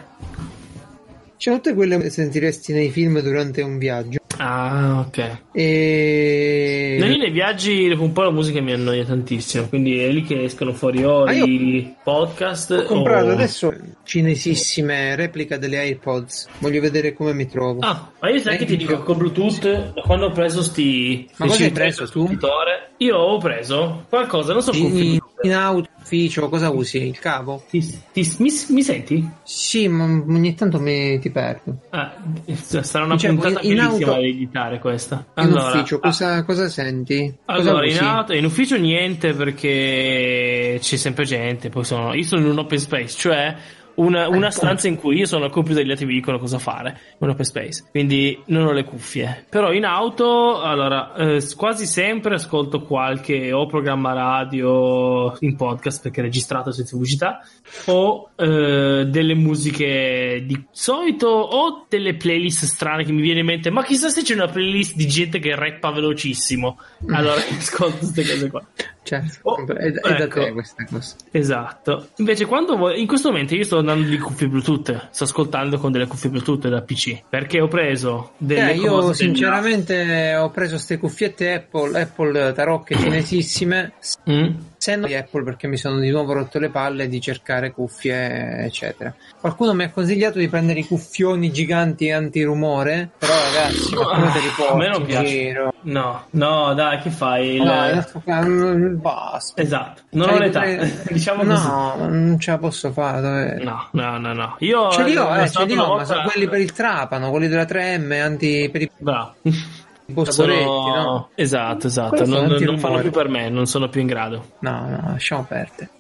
Speaker 1: C'è tutte quelle che sentiresti nei film durante un viaggio.
Speaker 2: Ah, ok.
Speaker 1: E...
Speaker 2: No, io nei viaggi dopo un po' la musica mi annoia tantissimo, quindi è lì che escono fuori ori,
Speaker 1: Ah, io-
Speaker 2: podcast.
Speaker 1: Ho comprato
Speaker 2: o-
Speaker 1: adesso cinesissime replica delle AirPods. Voglio vedere come mi trovo.
Speaker 2: Ah, ma io sai che ti dico con Bluetooth, da quando ho preso sti...
Speaker 1: Ma cosa hai preso tu?
Speaker 2: Sentitore, io ho preso qualcosa, non so
Speaker 1: In,
Speaker 2: configurare.
Speaker 1: in auto, ufficio, cosa usi? Il cavo?
Speaker 2: Ti, ti- mi, mi senti?
Speaker 1: Sì, ma ogni tanto mi ti perdo.
Speaker 2: Ah, sarà una
Speaker 1: Cioè,
Speaker 2: puntata
Speaker 1: in
Speaker 2: bellissima
Speaker 1: auto-
Speaker 2: da editare questa.
Speaker 1: In
Speaker 2: Allora,
Speaker 1: ufficio,
Speaker 2: ah,
Speaker 1: cosa, cosa senti? Cosa
Speaker 2: allora in,
Speaker 1: usi?
Speaker 2: auto, in ufficio niente perché c'è sempre gente. Poi sono, io sono in un open space, cioè una, una stanza in cui io sono al computer e gli altri mi dicono cosa fare. Un open space, quindi non ho le cuffie. Però in auto, allora, eh, quasi sempre ascolto qualche o programma radio in podcast perché è registrato senza pubblicità, o eh, delle musiche di solito, o delle playlist strane che mi viene in mente. Ma chissà se c'è una playlist di gente che rappa velocissimo. Allora ascolto queste cose qua.
Speaker 1: certo,
Speaker 2: Oh,
Speaker 1: è, da- è da
Speaker 2: ecco.
Speaker 1: te questa cosa.
Speaker 2: Esatto. Invece quando vuoi, in questo momento io sto andando di cuffie Bluetooth, sto ascoltando con delle cuffie Bluetooth da P C, perché ho preso delle
Speaker 1: Eh, io
Speaker 2: cose
Speaker 1: sinceramente ho preso ste cuffiette Apple, Apple tarocche cinesissime,
Speaker 2: della... Mm?
Speaker 1: se non di Apple, perché mi sono di nuovo rotto le palle di cercare cuffie eccetera. Qualcuno mi ha consigliato di prendere i cuffioni giganti antirumore, però ragazzi, ma come te li
Speaker 2: A me non
Speaker 1: porti in
Speaker 2: piace.
Speaker 1: giro?
Speaker 2: No, no, dai, che fai? Il...
Speaker 1: No, basta.
Speaker 2: Esatto, non
Speaker 1: Cioè,
Speaker 2: ho l'età,
Speaker 1: pre-
Speaker 2: diciamo
Speaker 1: no,
Speaker 2: così.
Speaker 1: non ce la posso fare. Dove...
Speaker 2: No, no, no, no. Io
Speaker 1: Ce li ho,
Speaker 2: l'ho
Speaker 1: eh, ce
Speaker 2: usato
Speaker 1: li
Speaker 2: una
Speaker 1: ho, ma
Speaker 2: volta-
Speaker 1: sono quelli per il trapano, quelli della tre M, anti per i
Speaker 2: Bravo.
Speaker 1: saporetti,
Speaker 2: Sono...
Speaker 1: no?
Speaker 2: Esatto, esatto.
Speaker 1: Quello sono
Speaker 2: Non, non
Speaker 1: antirumore.
Speaker 2: fanno più per me, non sono più in grado.
Speaker 1: No, no, lasciamo perdere.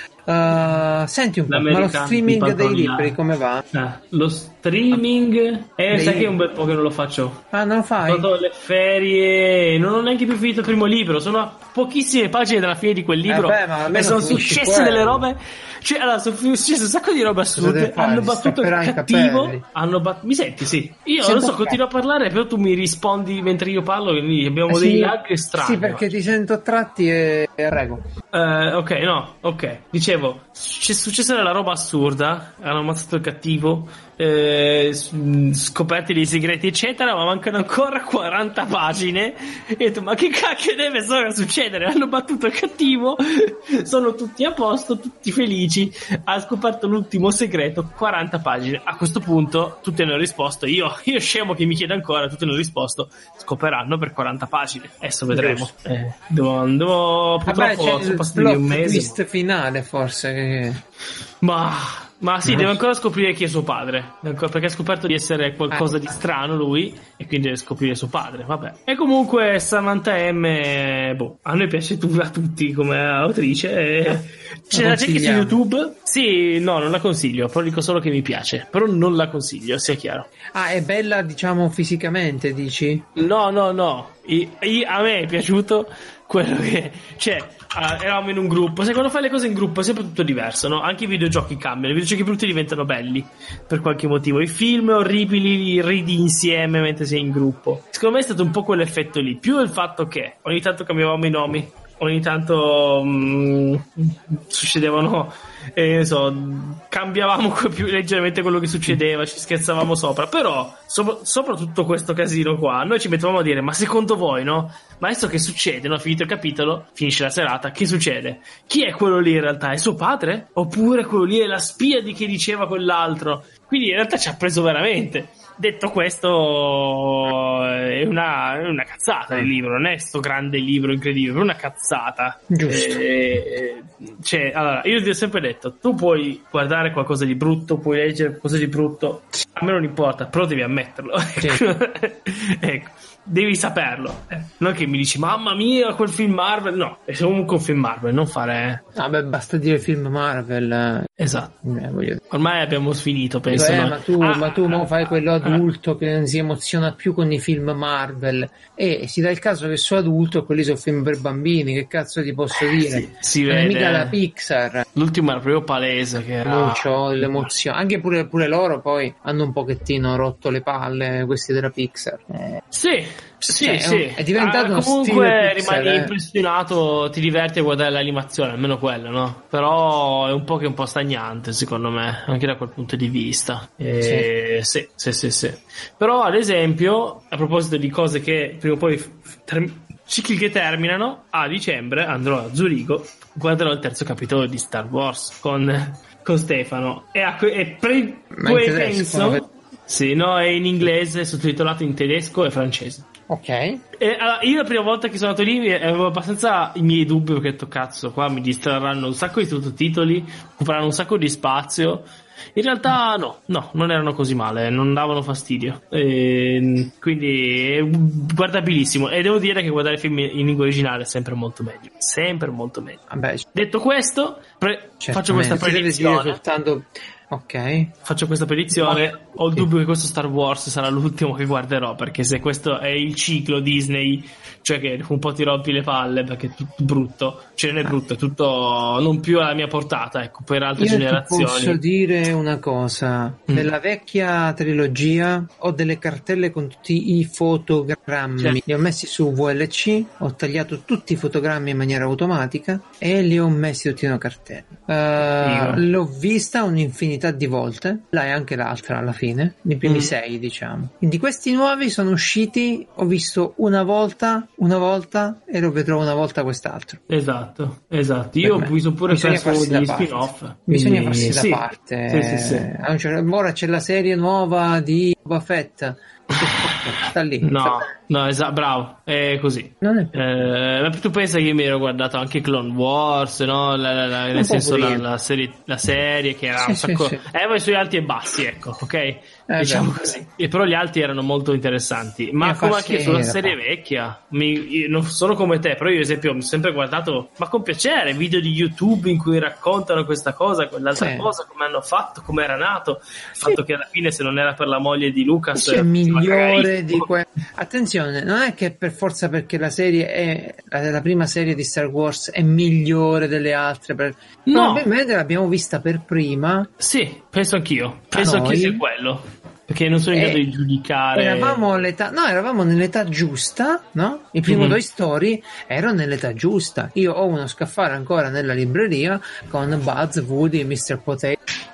Speaker 1: Uh, senti un po', ma lo
Speaker 2: L'americano
Speaker 1: streaming
Speaker 2: di
Speaker 1: dei
Speaker 2: padronare.
Speaker 1: libri come va?
Speaker 2: Eh, lo streaming, eh,
Speaker 1: Dei-
Speaker 2: sai che è un bel po' che non lo faccio.
Speaker 1: Ah, non lo fai?
Speaker 2: Dopo le ferie, non ho neanche più finito il primo libro. Sono a pochissime pagine dalla fine di quel libro.
Speaker 1: Eh beh, ma almeno
Speaker 2: e sono
Speaker 1: finisci
Speaker 2: successe
Speaker 1: quello.
Speaker 2: delle robe. Cioè, allora, sono successe un sacco di robe
Speaker 1: Cosa devi
Speaker 2: assurde.
Speaker 1: fare?
Speaker 2: Hanno
Speaker 1: Ti
Speaker 2: battuto il
Speaker 1: strapperai i
Speaker 2: cattivo.
Speaker 1: capelli?
Speaker 2: Hanno bat- Mi senti? Sì. Io
Speaker 1: Sento
Speaker 2: non so,
Speaker 1: un
Speaker 2: continuo a parlare, però tu mi rispondi mentre io parlo. Quindi abbiamo
Speaker 1: Eh
Speaker 2: dei
Speaker 1: sì,
Speaker 2: lag strani.
Speaker 1: sì, perché ti sento a tratti e, e rego.
Speaker 2: Eh, ok, no, ok. Dicevo, c'è successa della roba assurda. Hanno ammazzato il cattivo, eh, s- scoperti dei segreti, eccetera. Ma mancano ancora quaranta pagine. E ho detto, ma che cacchio deve solo succedere? Hanno battuto il cattivo, sono tutti a posto, tutti felici. Ha scoperto l'ultimo segreto, quaranta pagine. A questo punto, tutti hanno risposto. Io, io scemo che mi chiede ancora, tutti hanno risposto. Scoperanno per quaranta pagine. Adesso vedremo. Eh, devo, devo,
Speaker 1: Vabbè,
Speaker 2: purtroppo
Speaker 1: c'è
Speaker 2: sono
Speaker 1: il
Speaker 2: passati un
Speaker 1: plot
Speaker 2: mese.
Speaker 1: twist finale forse che...
Speaker 2: Ma, ma sì,
Speaker 1: No.
Speaker 2: deve ancora scoprire chi è suo padre. Ancora- Perché ha scoperto di essere qualcosa di strano lui. E quindi deve scoprire suo padre. Vabbè. E comunque Samantha M. Boh, a noi piace tu, a tutti come autrice. E... C'è la gente su
Speaker 1: consigliamo.
Speaker 2: YouTube? Sì, no, non la consiglio. Però dico solo che mi piace. Però non la consiglio, sia chiaro.
Speaker 1: Ah, è bella diciamo fisicamente, dici?
Speaker 2: No, no, no. I- i- a me è piaciuto quello che... Cioè, ah, eravamo in un gruppo. Sai, quando fai le cose in gruppo è sempre tutto diverso, no? Anche i videogiochi cambiano. I videogiochi brutti diventano belli per qualche motivo. I film orribili li ridi insieme mentre sei in gruppo. Secondo me è stato un po' quell'effetto lì. Più il fatto che ogni tanto cambiavamo i nomi. Ogni tanto mm, succedevano, eh, ne so, cambiavamo più leggermente quello che succedeva, ci scherzavamo sopra. Però, sopra, sopra tutto questo casino qua, noi ci mettevamo a dire: ma secondo voi, no? Ma adesso che succede? No? Finito il capitolo, finisce la serata, che succede? Chi è quello lì in realtà? È suo padre? Oppure quello lì è la spia di che diceva quell'altro? Quindi in realtà ci ha preso veramente. Detto questo, è una, è una cazzata il libro, non è sto grande libro incredibile, è una cazzata.
Speaker 1: Giusto.
Speaker 2: Eh, cioè, allora, io ti ho sempre detto, tu puoi guardare qualcosa di brutto, puoi leggere qualcosa di brutto, a me non importa, però devi ammetterlo.
Speaker 1: Sì.
Speaker 2: Ecco, devi saperlo. Eh, non che mi dici, mamma mia, quel film Marvel. No, è comunque un film Marvel, non fare...
Speaker 1: Vabbè, basta dire film Marvel.
Speaker 2: Esatto.
Speaker 1: Eh, voglio dire.
Speaker 2: Ormai abbiamo finito, penso.
Speaker 1: Eh,
Speaker 2: no?
Speaker 1: ma tu,
Speaker 2: Ah,
Speaker 1: ma tu mo
Speaker 2: ah,
Speaker 1: fai quello
Speaker 2: ah,
Speaker 1: adulto che non si emoziona più con i film Marvel e si dà il caso che sono adulto e quelli sono film per bambini, che cazzo ti posso dire?
Speaker 2: Sì, si
Speaker 1: non è
Speaker 2: vede.
Speaker 1: mica la Pixar,
Speaker 2: L'ultimo era proprio palese che era...
Speaker 1: non c'ho l'emozione, anche pure, pure loro poi hanno un pochettino rotto le palle questi della Pixar. Eh,
Speaker 2: Sì, sì,
Speaker 1: Cioè, è
Speaker 2: sì.
Speaker 1: un- è diventato
Speaker 2: Ah,
Speaker 1: uno
Speaker 2: comunque
Speaker 1: stile Pixar,
Speaker 2: rimani
Speaker 1: eh.
Speaker 2: impressionato, ti diverti a guardare l'animazione, almeno quello, no? Però è un po' che un po' stagnante, secondo me, anche da quel punto di vista. E... Sì. sì, sì, sì, sì. Però, ad esempio, a proposito di cose che prima o poi f- ter- cicli che terminano, a dicembre andrò a Zurigo, guarderò il terzo capitolo di Star Wars con, con Stefano e, a que- e pre-
Speaker 1: Ma in
Speaker 2: poi
Speaker 1: tedesco,
Speaker 2: penso...
Speaker 1: no?
Speaker 2: Sì, no, è in inglese, sottotitolato in tedesco e francese.
Speaker 1: ok.
Speaker 2: E, allora, io la prima volta che sono andato lì avevo abbastanza i miei dubbi, perché ho detto cazzo, qua mi distrarranno un sacco di sottotitoli, occuperanno un sacco di spazio. In realtà no, no, non erano così male, non davano fastidio. E, quindi è guardabilissimo. E devo dire che guardare film in lingua originale è sempre molto meglio. Sempre molto meglio.
Speaker 1: Vabbè,
Speaker 2: Detto questo, pre- faccio questa
Speaker 1: certamente, si deve dire
Speaker 2: predizione.
Speaker 1: soltanto Ok.
Speaker 2: Faccio questa petizione. Ho il dubbio che questo Star Wars sarà l'ultimo che guarderò, perché se questo è il ciclo Disney, cioè che un po' ti rompi le palle perché è tutto brutto, cioè non è brutto, è tutto non più alla mia portata, ecco, per altre
Speaker 1: Io
Speaker 2: generazioni.
Speaker 1: ti posso dire una cosa, mm. nella vecchia trilogia ho delle cartelle con tutti i fotogrammi, cioè. Li ho messi su V L C, ho tagliato tutti i fotogrammi in maniera automatica e li ho messi tutti in una cartella. Uh, l'ho vista un'infinità di volte, là è anche l'altra alla fine, i primi mm. sei diciamo. Di questi nuovi sono usciti, ho visto una volta, una volta e lo vedrò una volta quest'altro.
Speaker 2: Esatto, esatto. Io ho visto pure questo degli spin-off.
Speaker 1: Bisogna farsi da
Speaker 2: sì.
Speaker 1: parte.
Speaker 2: Sì, sì, sì.
Speaker 1: Ora c'è la serie nuova di Boba Fett. Sta lì.
Speaker 2: No, no, esatto, bravo, è così.
Speaker 1: Non è
Speaker 2: eh, tu pensa che io mi ero guardato anche Clone Wars, no? La, la, la, nel senso la, la, serie, la serie che era sì, un sacco. Sì, sì. Aveva i suoi alti e bassi, ecco, ok? Eh, diciamo beh, così. E però gli altri erano molto interessanti. Ma come anche sulla serie vecchia, mi, non sono come te, però io, ad esempio, mi ho sempre guardato, ma con piacere, video di YouTube in cui raccontano questa cosa, quell'altra sì. cosa, come hanno fatto, come era nato. Il sì. fatto che alla fine, se non era per la moglie di Lucas,
Speaker 1: c'è migliore di que... Attenzione, non è che per forza perché la serie è la, la prima serie di Star Wars è migliore delle altre, per...
Speaker 2: no,
Speaker 1: probabilmente l'abbiamo vista per prima.
Speaker 2: Sì, penso anch'io, penso anch'io sia quello, perché non sono in grado di giudicare.
Speaker 1: Eravamo all'età, no, eravamo nell'età giusta, no? Il primo mm-hmm. Toy Story ero nell'età giusta. Io ho uno scaffale ancora nella libreria con Buzz, Woody, mister Potato.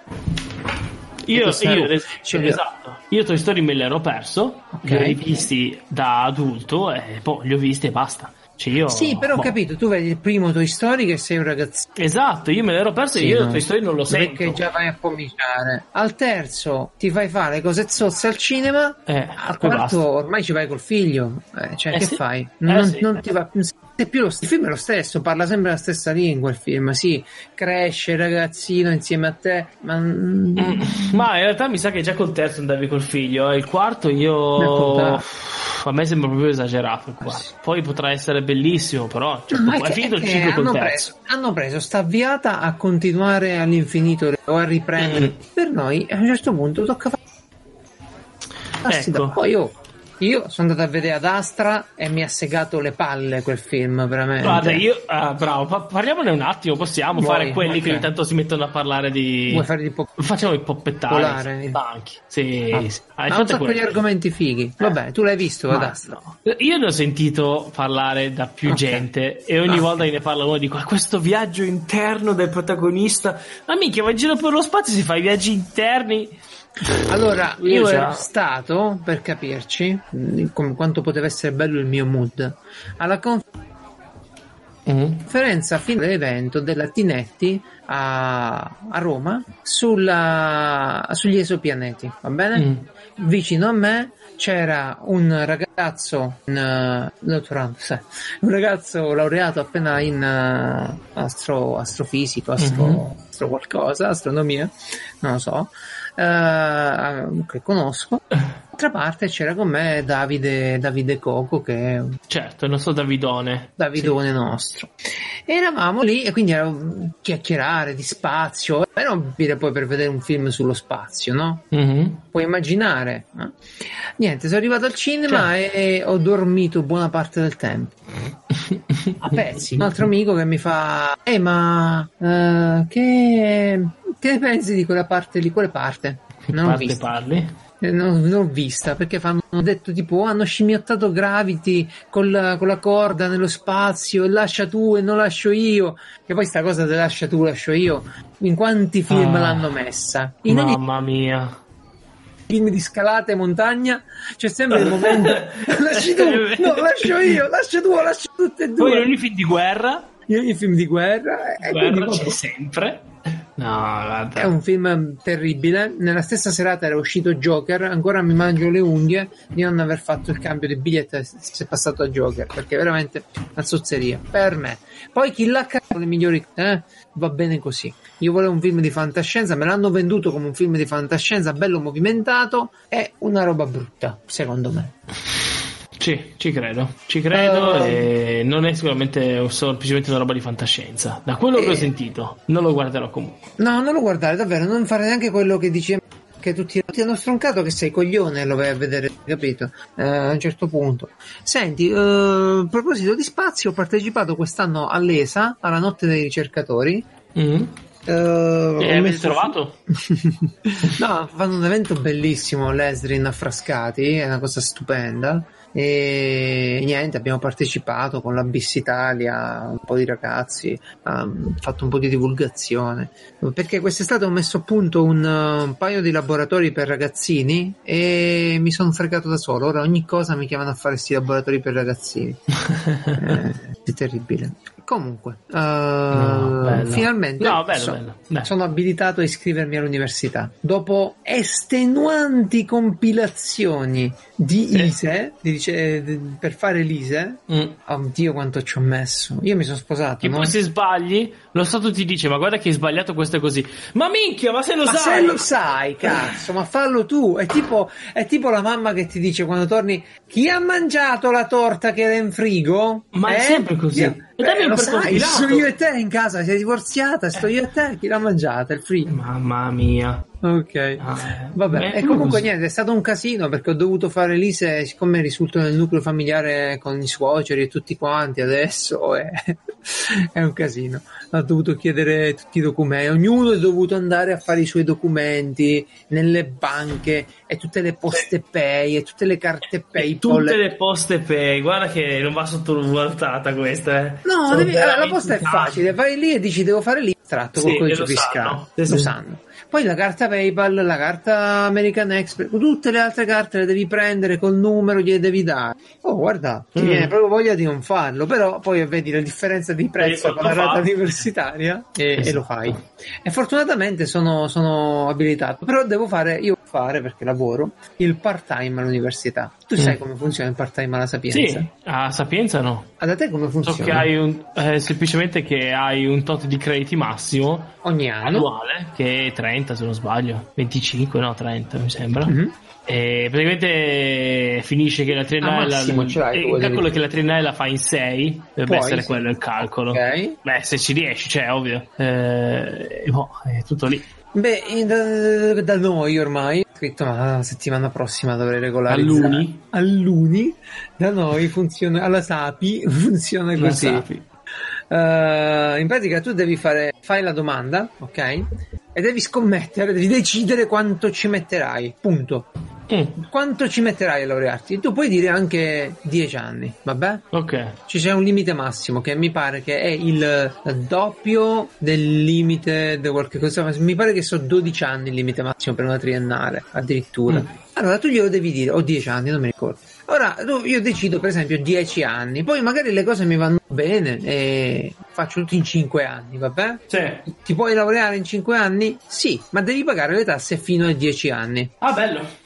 Speaker 2: Io, io cioè, esatto, io Toy Story me l'ero perso, okay. Li ho rivisti da adulto e poi li ho visti e basta. Cioè io,
Speaker 1: sì, però
Speaker 2: boh.
Speaker 1: ho capito, tu vedi il primo Toy Story che sei un ragazzino.
Speaker 2: Esatto, io me l'ero perso sì, e io no. Toy Story non lo sento.
Speaker 1: Perché già vai a cominciare. Al terzo ti fai fare cose zozze al cinema,
Speaker 2: eh,
Speaker 1: al quarto basta. Ormai ci vai col figlio, eh, cioè eh, che sì. fai?
Speaker 2: Eh,
Speaker 1: non,
Speaker 2: sì.
Speaker 1: non ti va più. Più lo, il film è lo stesso, parla sempre la stessa lingua il film, sì, cresce il ragazzino insieme a te, ma...
Speaker 2: Mm, ma in realtà mi sa che già col terzo andavi col figlio, il quarto io... a me sembra proprio esagerato il quarto. Sì. Poi potrà essere bellissimo, però cioè, no, è finito il ciclo col terzo.
Speaker 1: Preso, hanno preso sta avviata a continuare all'infinito o a riprendere. Mm. Per noi a un certo punto tocca fare... Ecco. Poi io... Io sono andato a vedere Ad Astra e mi ha segato le palle quel film, veramente.
Speaker 2: Guarda, io, ah, bravo, pa- parliamone un attimo, possiamo Vuoi? fare quelli okay. che intanto si mettono a parlare di...
Speaker 1: Vuoi fare di pop...
Speaker 2: Facciamo i poppettare, i banchi. Sì,
Speaker 1: ah.
Speaker 2: sì.
Speaker 1: Ah, non so quegli argomenti fighi. Vabbè, tu l'hai visto Ad Astra?
Speaker 2: No. Io ne ho sentito parlare da più okay. gente e ogni okay. volta che ne parla uno dico questo viaggio interno del protagonista. Ma minchia, va in giro per lo spazio, si fa i viaggi interni...
Speaker 1: Allora, io ero stato, per capirci, come quanto poteva essere bello il mio mood, alla conferenza mm. fine dell'evento della Tinetti a, a Roma sulla, sugli esopianeti, va bene? Mm. Vicino a me c'era un ragazzo in, dottorando, sai, un ragazzo laureato appena in uh, astro, astrofisico, astro, mm-hmm. astro qualcosa, astronomia, non lo so. Uh, che conosco. D'altra parte c'era con me Davide Davide Coco, che è
Speaker 2: certo il nostro Davidone
Speaker 1: Davidone
Speaker 2: sì.
Speaker 1: nostro. Eravamo lì e quindi era chiacchierare di spazio e non dire poi per vedere un film sullo spazio, no? Mm-hmm. Puoi immaginare, no? Niente, sono arrivato al cinema certo. e ho dormito buona parte del tempo a pezzi. Un altro amico che mi fa eh ma uh, che che ne pensi di quella parte lì? Quale parte?
Speaker 2: Non parte ho vista. Parli?
Speaker 1: Non, non l'ho vista perché fanno, hanno detto tipo hanno scimmiottato Gravity con la, con la corda nello spazio e lascia tu e non lascio io, che poi sta cosa del lascia tu lascio io in quanti film ah, l'hanno messa in
Speaker 2: mamma ogni... mia
Speaker 1: film di scalata e montagna c'è sempre il momento lasci tu, no lascio io, lascia tu, lascio tutte e due.
Speaker 2: Poi in ogni film di guerra
Speaker 1: in ogni film di guerra,
Speaker 2: guerra c'è sempre. No, guarda.
Speaker 1: È un film terribile. Nella stessa serata era uscito Joker. Ancora mi mangio le unghie di non aver fatto il cambio di biglietto e si è passato a Joker, perché è veramente una zozzeria per me. Poi chi l'ha cagato le migliori eh, va bene così. Io volevo un film di fantascienza, me l'hanno venduto come un film di fantascienza bello movimentato. È una roba brutta, secondo me.
Speaker 2: Sì, ci credo, ci credo
Speaker 1: Uh,
Speaker 2: e non è sicuramente semplicemente una roba di fantascienza. Da quello che ho
Speaker 1: eh,
Speaker 2: sentito, non lo guarderò comunque.
Speaker 1: no, non lo guardare, davvero, non fare neanche quello che dice che tutti ti hanno stroncato che sei coglione e lo vai a vedere, capito? Eh, a un certo punto. Senti, eh, a proposito di spazio, ho partecipato quest'anno all'E S A, alla notte dei ricercatori.
Speaker 2: Mm-hmm.
Speaker 1: Uh,
Speaker 2: E avete trovato?
Speaker 1: No, fanno un evento bellissimo, l'Esrin a Frascati, è una cosa stupenda. E niente, abbiamo partecipato con la Bis Italia, un po' di ragazzi, um, fatto un po' di divulgazione, perché quest'estate ho messo a punto un, uh, un paio di laboratori per ragazzini e mi sono fregato da solo. Ora ogni cosa mi chiamano a fare questi laboratori per ragazzini. eh, è terribile. Comunque, uh,
Speaker 2: no,
Speaker 1: finalmente
Speaker 2: no, bello,
Speaker 1: so,
Speaker 2: bello.
Speaker 1: sono abilitato a iscrivermi all'università. Dopo estenuanti compilazioni di
Speaker 2: sì.
Speaker 1: I S E, di, dice, di, per fare l'I S E, mm. oddio quanto ci ho messo. Io mi sono sposato.
Speaker 2: E
Speaker 1: no?
Speaker 2: poi se sbagli, lo Stato ti dice, ma guarda che hai sbagliato questo e così. Ma minchia, ma se lo
Speaker 1: ma
Speaker 2: sai!
Speaker 1: se lo sai, cazzo, ma fallo tu. È tipo, è tipo la mamma che ti dice quando torni, chi ha mangiato la torta che era in frigo?
Speaker 2: Ma
Speaker 1: eh?
Speaker 2: è sempre così.
Speaker 1: Yeah. Beh, lo sai, sto io e te in casa, sei divorziata, sto io e te, chi l'ha mangiata? Il frigo.
Speaker 2: Mamma mia.
Speaker 1: Ok, ah, vabbè, e comunque così. Niente, è stato un casino perché ho dovuto fare l'I S E, siccome risulto nel nucleo familiare con i suoceri e tutti quanti adesso è, è un casino. Ho dovuto chiedere tutti i documenti, ognuno è dovuto andare a fare i suoi documenti nelle banche e tutte le poste pay e tutte le carte PayPal.
Speaker 2: Tutte le poste pay, guarda che non va sottovalutata questa. Eh.
Speaker 1: No, devi, allora, la posta è facile, vai lì e dici devo fare l'estratto
Speaker 2: sì,
Speaker 1: col codice fiscale,
Speaker 2: sanno.
Speaker 1: lo sì. sanno. Poi la carta PayPal, la carta American Express, tutte le altre carte le devi prendere col numero, gliele devi dare. Oh, guarda, ti mm. viene proprio voglia di non farlo, però poi vedi la differenza di prezzo con la rata universitaria e, esatto. e lo fai. E fortunatamente sono, sono abilitato, però devo fare, io fare perché lavoro, il part-time all'università. Tu mm. sai come funziona il part-time alla Sapienza?
Speaker 2: Sì, a Sapienza no.
Speaker 1: Ah, da te come funziona?
Speaker 2: So che hai un, eh, semplicemente che hai un tot di crediti massimo
Speaker 1: ogni anno
Speaker 2: annuale, che è trenta se non sbaglio, venticinque no trenta mi sembra.
Speaker 1: Mm-hmm.
Speaker 2: E praticamente finisce che la triennale
Speaker 1: ah,
Speaker 2: la, il calcolo è che la triennale la fa in sei, dovrebbe essere
Speaker 1: sì.
Speaker 2: quello il calcolo.
Speaker 1: Okay.
Speaker 2: Beh, se ci riesci, cioè ovvio. Eh, boh, è tutto lì.
Speaker 1: Beh, da, da noi ormai scritto ma la settimana prossima dovrei regolarizzare
Speaker 2: all'Uni
Speaker 1: all'Uni da noi funziona, alla Sapi funziona così.
Speaker 2: Sapi.
Speaker 1: Uh, in pratica tu devi fare fai la domanda, ok? E devi scommettere, devi decidere quanto ci metterai, punto. Mm. Quanto ci metterai a laurearti? Tu puoi dire anche dieci anni, vabbè?
Speaker 2: Ok.
Speaker 1: Ci c'è un limite massimo che mi pare che è il doppio del limite di qualche cosa, ma mi pare che sono dodici anni il limite massimo per una triennale, addirittura. Mm. Allora tu glielo devi dire, o dieci anni, non mi ricordo. Ora io decido per esempio dieci anni, poi magari le cose mi vanno bene e faccio tutto in cinque anni, vabbè?
Speaker 2: Sì.
Speaker 1: Ti puoi laureare in cinque anni? Sì, ma devi pagare le tasse fino ai dieci anni.
Speaker 2: Ah, bello.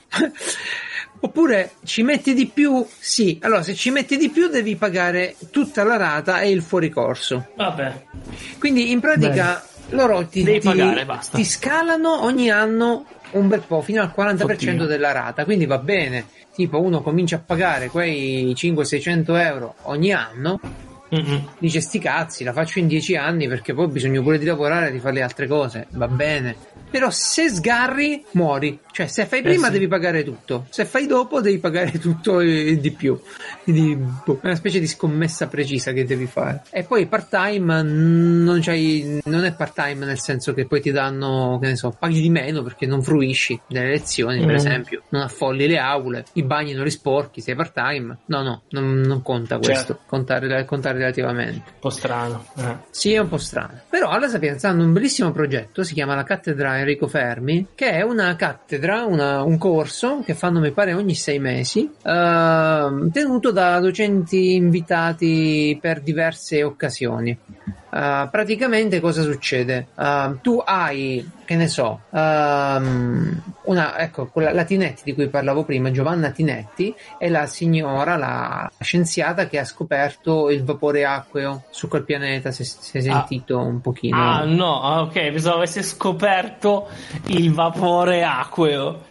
Speaker 1: Oppure ci metti di più? Sì. Allora se ci metti di più devi pagare tutta la rata e il fuoricorso.
Speaker 2: Vabbè.
Speaker 1: Quindi in pratica Beh. loro ti,
Speaker 2: devi
Speaker 1: ti,
Speaker 2: pagare, basta.
Speaker 1: ti scalano ogni anno un bel po' fino al quaranta per cento Oddio. Della rata, quindi va bene. Tipo uno comincia a pagare quei cinquecento seicento euro ogni anno. Mm-mm. Dice sti cazzi, la faccio in dieci anni perché poi bisogna pure di lavorare e di fare le altre cose, va bene. Però se sgarri muori, cioè se fai prima eh sì. devi pagare tutto, se fai dopo devi pagare tutto e di più. Quindi boh, è una specie di scommessa precisa che devi fare. E poi part time non c'hai, non è part time nel senso che poi ti danno, che ne so, paghi di meno perché non fruisci delle lezioni, mm. per esempio, non affolli le aule, i bagni non li sporchi, sei part time. No, no, non, non conta questo, certo. contare, contare relativamente.
Speaker 2: Un po' strano. Eh.
Speaker 1: Sì, è un po' strano. Però alla Sapienza hanno un bellissimo progetto, si chiama la cattedra Enrico Fermi, che è una cattedra, una, un corso che fanno mi pare ogni sei mesi, uh, tenuto da docenti invitati per diverse occasioni. Uh, praticamente cosa succede? Uh, tu hai, che ne so, um, una, ecco, quella, la Tinetti di cui parlavo prima, Giovanna Tinetti, è la signora, la scienziata che ha scoperto il vapore acqueo su quel pianeta, se si è sentito ah. un pochino.
Speaker 2: Ah no, ok, pensavo avesse scoperto il vapore acqueo.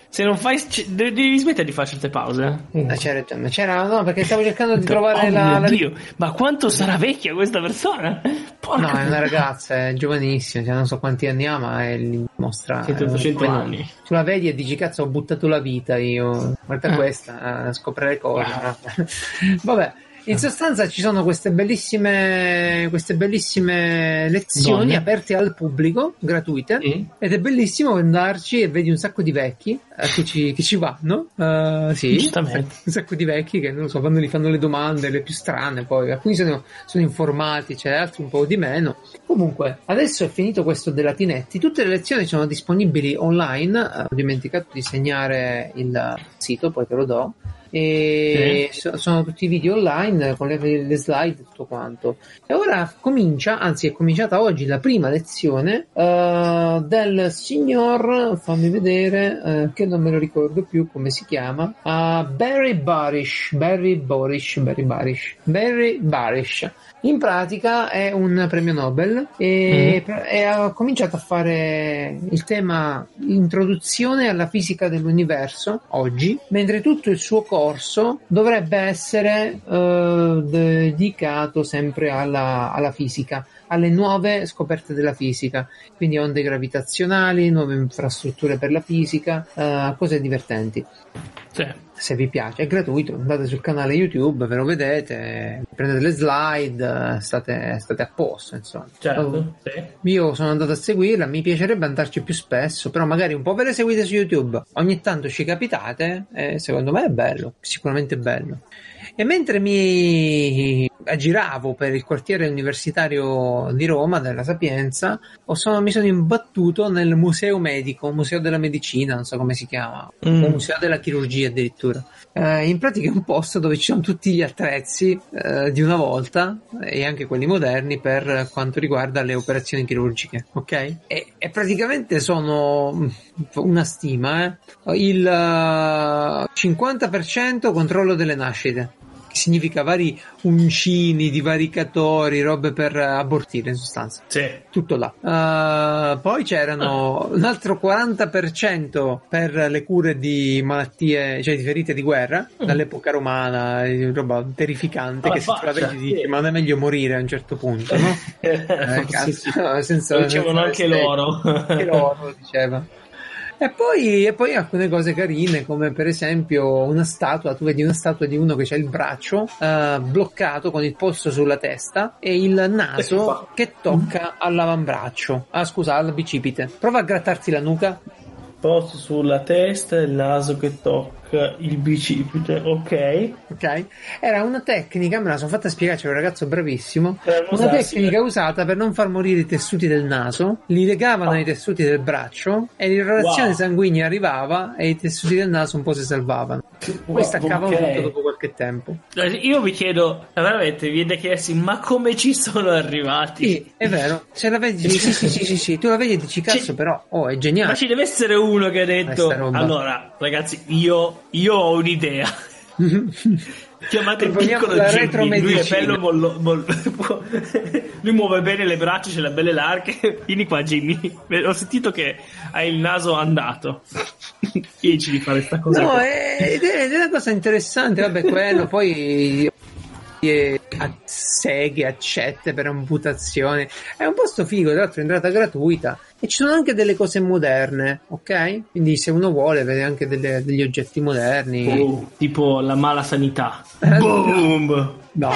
Speaker 2: se non fai, devi smettere di fare certe pause.
Speaker 1: Eh, c'era, c'era, no, perché stavo cercando di trovare
Speaker 2: oh
Speaker 1: la,
Speaker 2: mio
Speaker 1: la...
Speaker 2: Dio, ma quanto sarà vecchia questa persona? Porca
Speaker 1: no, è una ragazza, è giovanissima, cioè non so quanti anni ha, ma è lì, mostra
Speaker 2: settecento anni.
Speaker 1: Tu la vedi e dici cazzo, ho buttato la vita io, guarda
Speaker 2: ah.
Speaker 1: questa, a scoprire cose. Wow. Vabbè. In sostanza ci sono queste bellissime queste bellissime lezioni Donne. aperte al pubblico, gratuite, mm. ed è bellissimo andarci e vedi un sacco di vecchi eh, che, ci, che ci vanno, uh, sì, un sacco di vecchi che non lo so, vanno lì, fanno le domande le più strane, poi alcuni sono, sono informati, c'è cioè, altri un po' di meno. Comunque adesso è finito questo della Tinetti, tutte le lezioni sono disponibili online, ho dimenticato di segnare il sito, poi te lo do. E sì. sono tutti video online con le, le slide e tutto quanto. E ora comincia, anzi è cominciata oggi la prima lezione uh, del signor, fammi vedere, uh, che non me lo ricordo più come si chiama, uh, Barry Barish Barry Barish Barry Barish Barry Barish. In pratica è un premio Nobel e, mm. e ha cominciato a fare il tema introduzione alla fisica dell'universo oggi, mentre tutto il suo corso dovrebbe essere uh, dedicato sempre alla, alla fisica, alle nuove scoperte della fisica, quindi onde gravitazionali, nuove infrastrutture per la fisica, uh, cose divertenti.
Speaker 2: Sì.
Speaker 1: Se vi piace, è gratuito, andate sul canale YouTube, ve lo vedete, prendete le slide, state, state a posto, insomma.
Speaker 2: Certo, sì.
Speaker 1: Io sono andato a seguirla, mi piacerebbe andarci più spesso, però magari un po' ve le seguite su YouTube, ogni tanto ci capitate, e secondo me è bello, sicuramente bello. E mentre mi aggiravo per il quartiere universitario di Roma, della Sapienza, ho sono, mi sono imbattuto nel museo medico, museo della medicina, non so come si chiama, mm. o museo della chirurgia addirittura. Eh, in pratica è un posto dove ci sono tutti gli attrezzi eh, di una volta e anche quelli moderni per quanto riguarda le operazioni chirurgiche, ok? E, e praticamente sono una stima, eh, il uh, cinquanta per cento controllo delle nascite, che significa vari uncini, divaricatori, robe per abortire in sostanza.
Speaker 2: Sì.
Speaker 1: Tutto là. Uh, poi c'erano ah. un altro quaranta per cento per le cure di malattie, cioè di ferite di guerra, mm. dall'epoca romana, roba terrificante alla che faccia, se tu la vedi dici, sì. ma non è meglio morire a un certo punto, no? eh, cazzo,
Speaker 2: sì.
Speaker 1: no, senza,
Speaker 2: lo dicevano anche loro.
Speaker 1: Anche loro lo diceva. E poi, e poi alcune cose carine, come per esempio una statua, tu vedi una statua di uno che c'ha il braccio uh, bloccato con il polso sulla testa e il naso che tocca all'avambraccio, ah scusa, al bicipite. Prova a grattarti la nuca.
Speaker 2: Polso sulla testa e il naso che tocca il bicipite, ok.
Speaker 1: Ok, era una tecnica, me la sono fatta spiegare, c'era un ragazzo bravissimo, una tecnica eh. usata per non far morire i tessuti del naso, li legavano oh. ai tessuti del braccio e l'irrorazione wow. sanguigna arrivava e i tessuti del naso un po' si salvavano. Poi staccavano okay. tutto dopo qualche tempo.
Speaker 2: Io mi chiedo, veramente, viene da chiedersi, ma come ci sono arrivati?
Speaker 1: Sì, è vero, se la vedi, sì, sì, sì, sì, sì, sì, tu la vedi e dici cazzo, ci... però, oh, è geniale.
Speaker 2: Ma ci deve essere uno che ha detto, allora, ragazzi, io, io ho un'idea. Chiamate il piccolo Jimmy, lui è bello mollo, mollo, lui muove bene le braccia, c'è le belle larghe. Vieni qua Jimmy, ho sentito che hai il naso andato. Chiedici di fare sta cosa.
Speaker 1: No, è, è una cosa interessante, vabbè, quello poi a seghe, accette per amputazione, è un posto figo, tra l'altro è entrata gratuita e ci sono anche delle cose moderne, ok? Quindi se uno vuole vede anche delle, degli oggetti moderni,
Speaker 2: oh, tipo la mala sanità. Boom!
Speaker 1: No, no,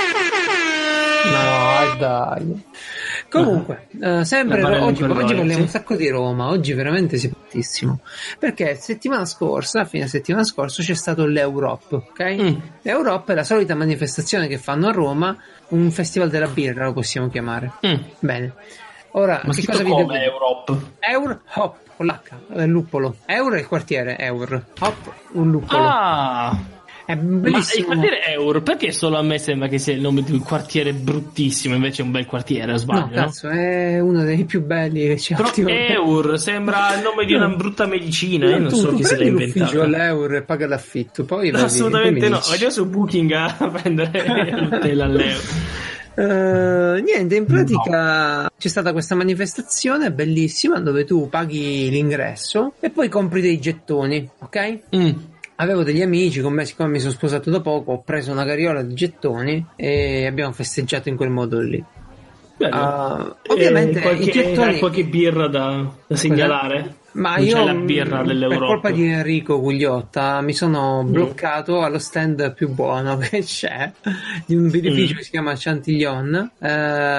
Speaker 1: no dai. Comunque, uh, sempre oggi, oggi parliamo un sacco di Roma, oggi veramente si è tantissimo, perché settimana scorsa, a fine settimana scorsa c'è stato l'Europe, ok? Mm. L'Europe è la solita manifestazione che fanno a Roma, un festival della birra lo possiamo chiamare. Mm. Bene. Ora,
Speaker 2: ma
Speaker 1: che
Speaker 2: cosa vi devo... Europe?
Speaker 1: Eur, hop, con l'H, è il luppolo. Eur è il quartiere, Eur. Hop, un luppolo.
Speaker 2: Ah! È bellissimo. Ma il quartiere Eur, perché solo a me sembra che sia il nome di un quartiere bruttissimo, invece è un bel quartiere, sbaglio?
Speaker 1: No, cazzo, no? È uno dei più belli che c'è.
Speaker 2: Però Eur sembra il nome di una brutta medicina, io non so chi se l'ha inventato.
Speaker 1: L'ufficio all'Eur e paga l'affitto, poi
Speaker 2: no,
Speaker 1: vedi,
Speaker 2: assolutamente no, andiamo su Booking a prendere l'hotel all'Eur.
Speaker 1: Uh, niente, in pratica no. C'è stata questa manifestazione bellissima dove tu paghi l'ingresso e poi compri dei gettoni, ok? Mm. Avevo degli amici con me, siccome mi sono sposato da poco, ho preso una carriola di gettoni e abbiamo festeggiato in quel modo lì.
Speaker 2: Uh, ovviamente qualche, i gettoni... qualche birra da, da segnalare?
Speaker 1: Ma
Speaker 2: non
Speaker 1: io
Speaker 2: c'è la birra dell'Europa.
Speaker 1: Per colpa di Enrico Gugliotta mi sono mm. bloccato allo stand più buono che c'è di un birrificio mm. che si chiama Chantillon. Uh,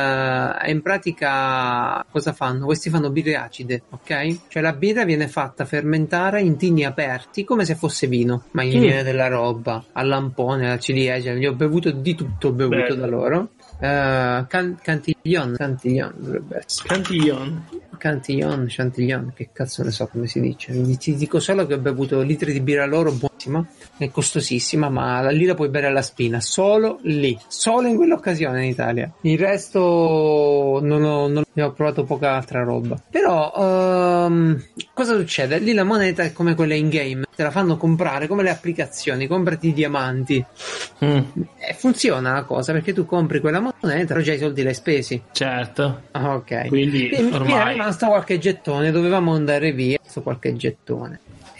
Speaker 1: e in pratica cosa fanno? Questi fanno birre acide, ok? Cioè la birra viene fatta fermentare in tini aperti come se fosse vino, ma in linea mm. della roba, al lampone, alla ciliegia. Gli ho bevuto di tutto, ho bevuto Beh. da loro. Uh, can- Cantillon Cantillon dovrebbe essere
Speaker 2: Cantillon
Speaker 1: Cantillon Chantillon, che cazzo ne so come si dice. Ti dico solo che ho bevuto litri di birra loro, buonissima, è costosissima, ma lì la puoi bere alla spina, solo lì, solo in quell'occasione in Italia. Il resto non ho, non ne ho provato poca altra roba. Però um, cosa succede? Lì la moneta è come quella in game, te la fanno comprare come le applicazioni, comprati i diamanti mm. e funziona la cosa, perché tu compri quella moneta, però già i soldi l'hai spesi.
Speaker 2: Certo.
Speaker 1: Ok.
Speaker 2: Quindi
Speaker 1: e
Speaker 2: ormai
Speaker 1: mi è rimasto qualche gettone, dovevamo andare via, sto qualche gettone.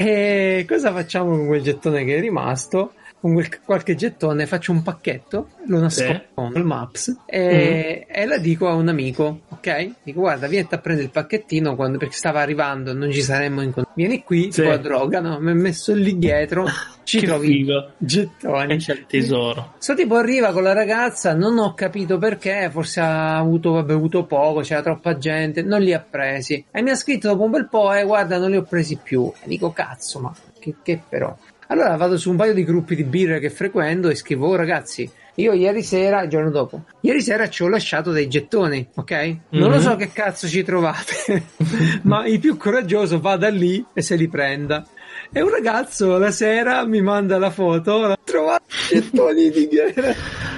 Speaker 1: E cosa facciamo con quel gettone che è rimasto? Con quel, qualche gettone faccio un pacchetto, lo nascondo sì. al Maps e, mm. e la dico a un amico, ok? Dico guarda, vieni a prendere il pacchettino quando, perché stava arrivando, non ci saremmo incontrati. Vieni qui, sì. con la droga, no? Mi è messo lì dietro, ci
Speaker 2: che
Speaker 1: trovi
Speaker 2: figo.
Speaker 1: gettoni.
Speaker 2: E c'è il tesoro.
Speaker 1: Sto tipo arriva con la ragazza, non ho capito perché, forse ha avuto, ha bevuto poco, c'era troppa gente, non li ha presi. E mi ha scritto dopo un bel po', eh guarda, non li ho presi più. E dico cazzo, ma che, che però... Allora vado su un paio di gruppi di birre che frequento e scrivo oh, ragazzi, io ieri sera, il giorno dopo, ieri sera ci ho lasciato dei gettoni, ok? Non mm-hmm. lo so che cazzo ci trovate, ma il più coraggioso vada lì e se li prenda. E un ragazzo la sera mi manda la foto, ho trovato i gettoni di birra.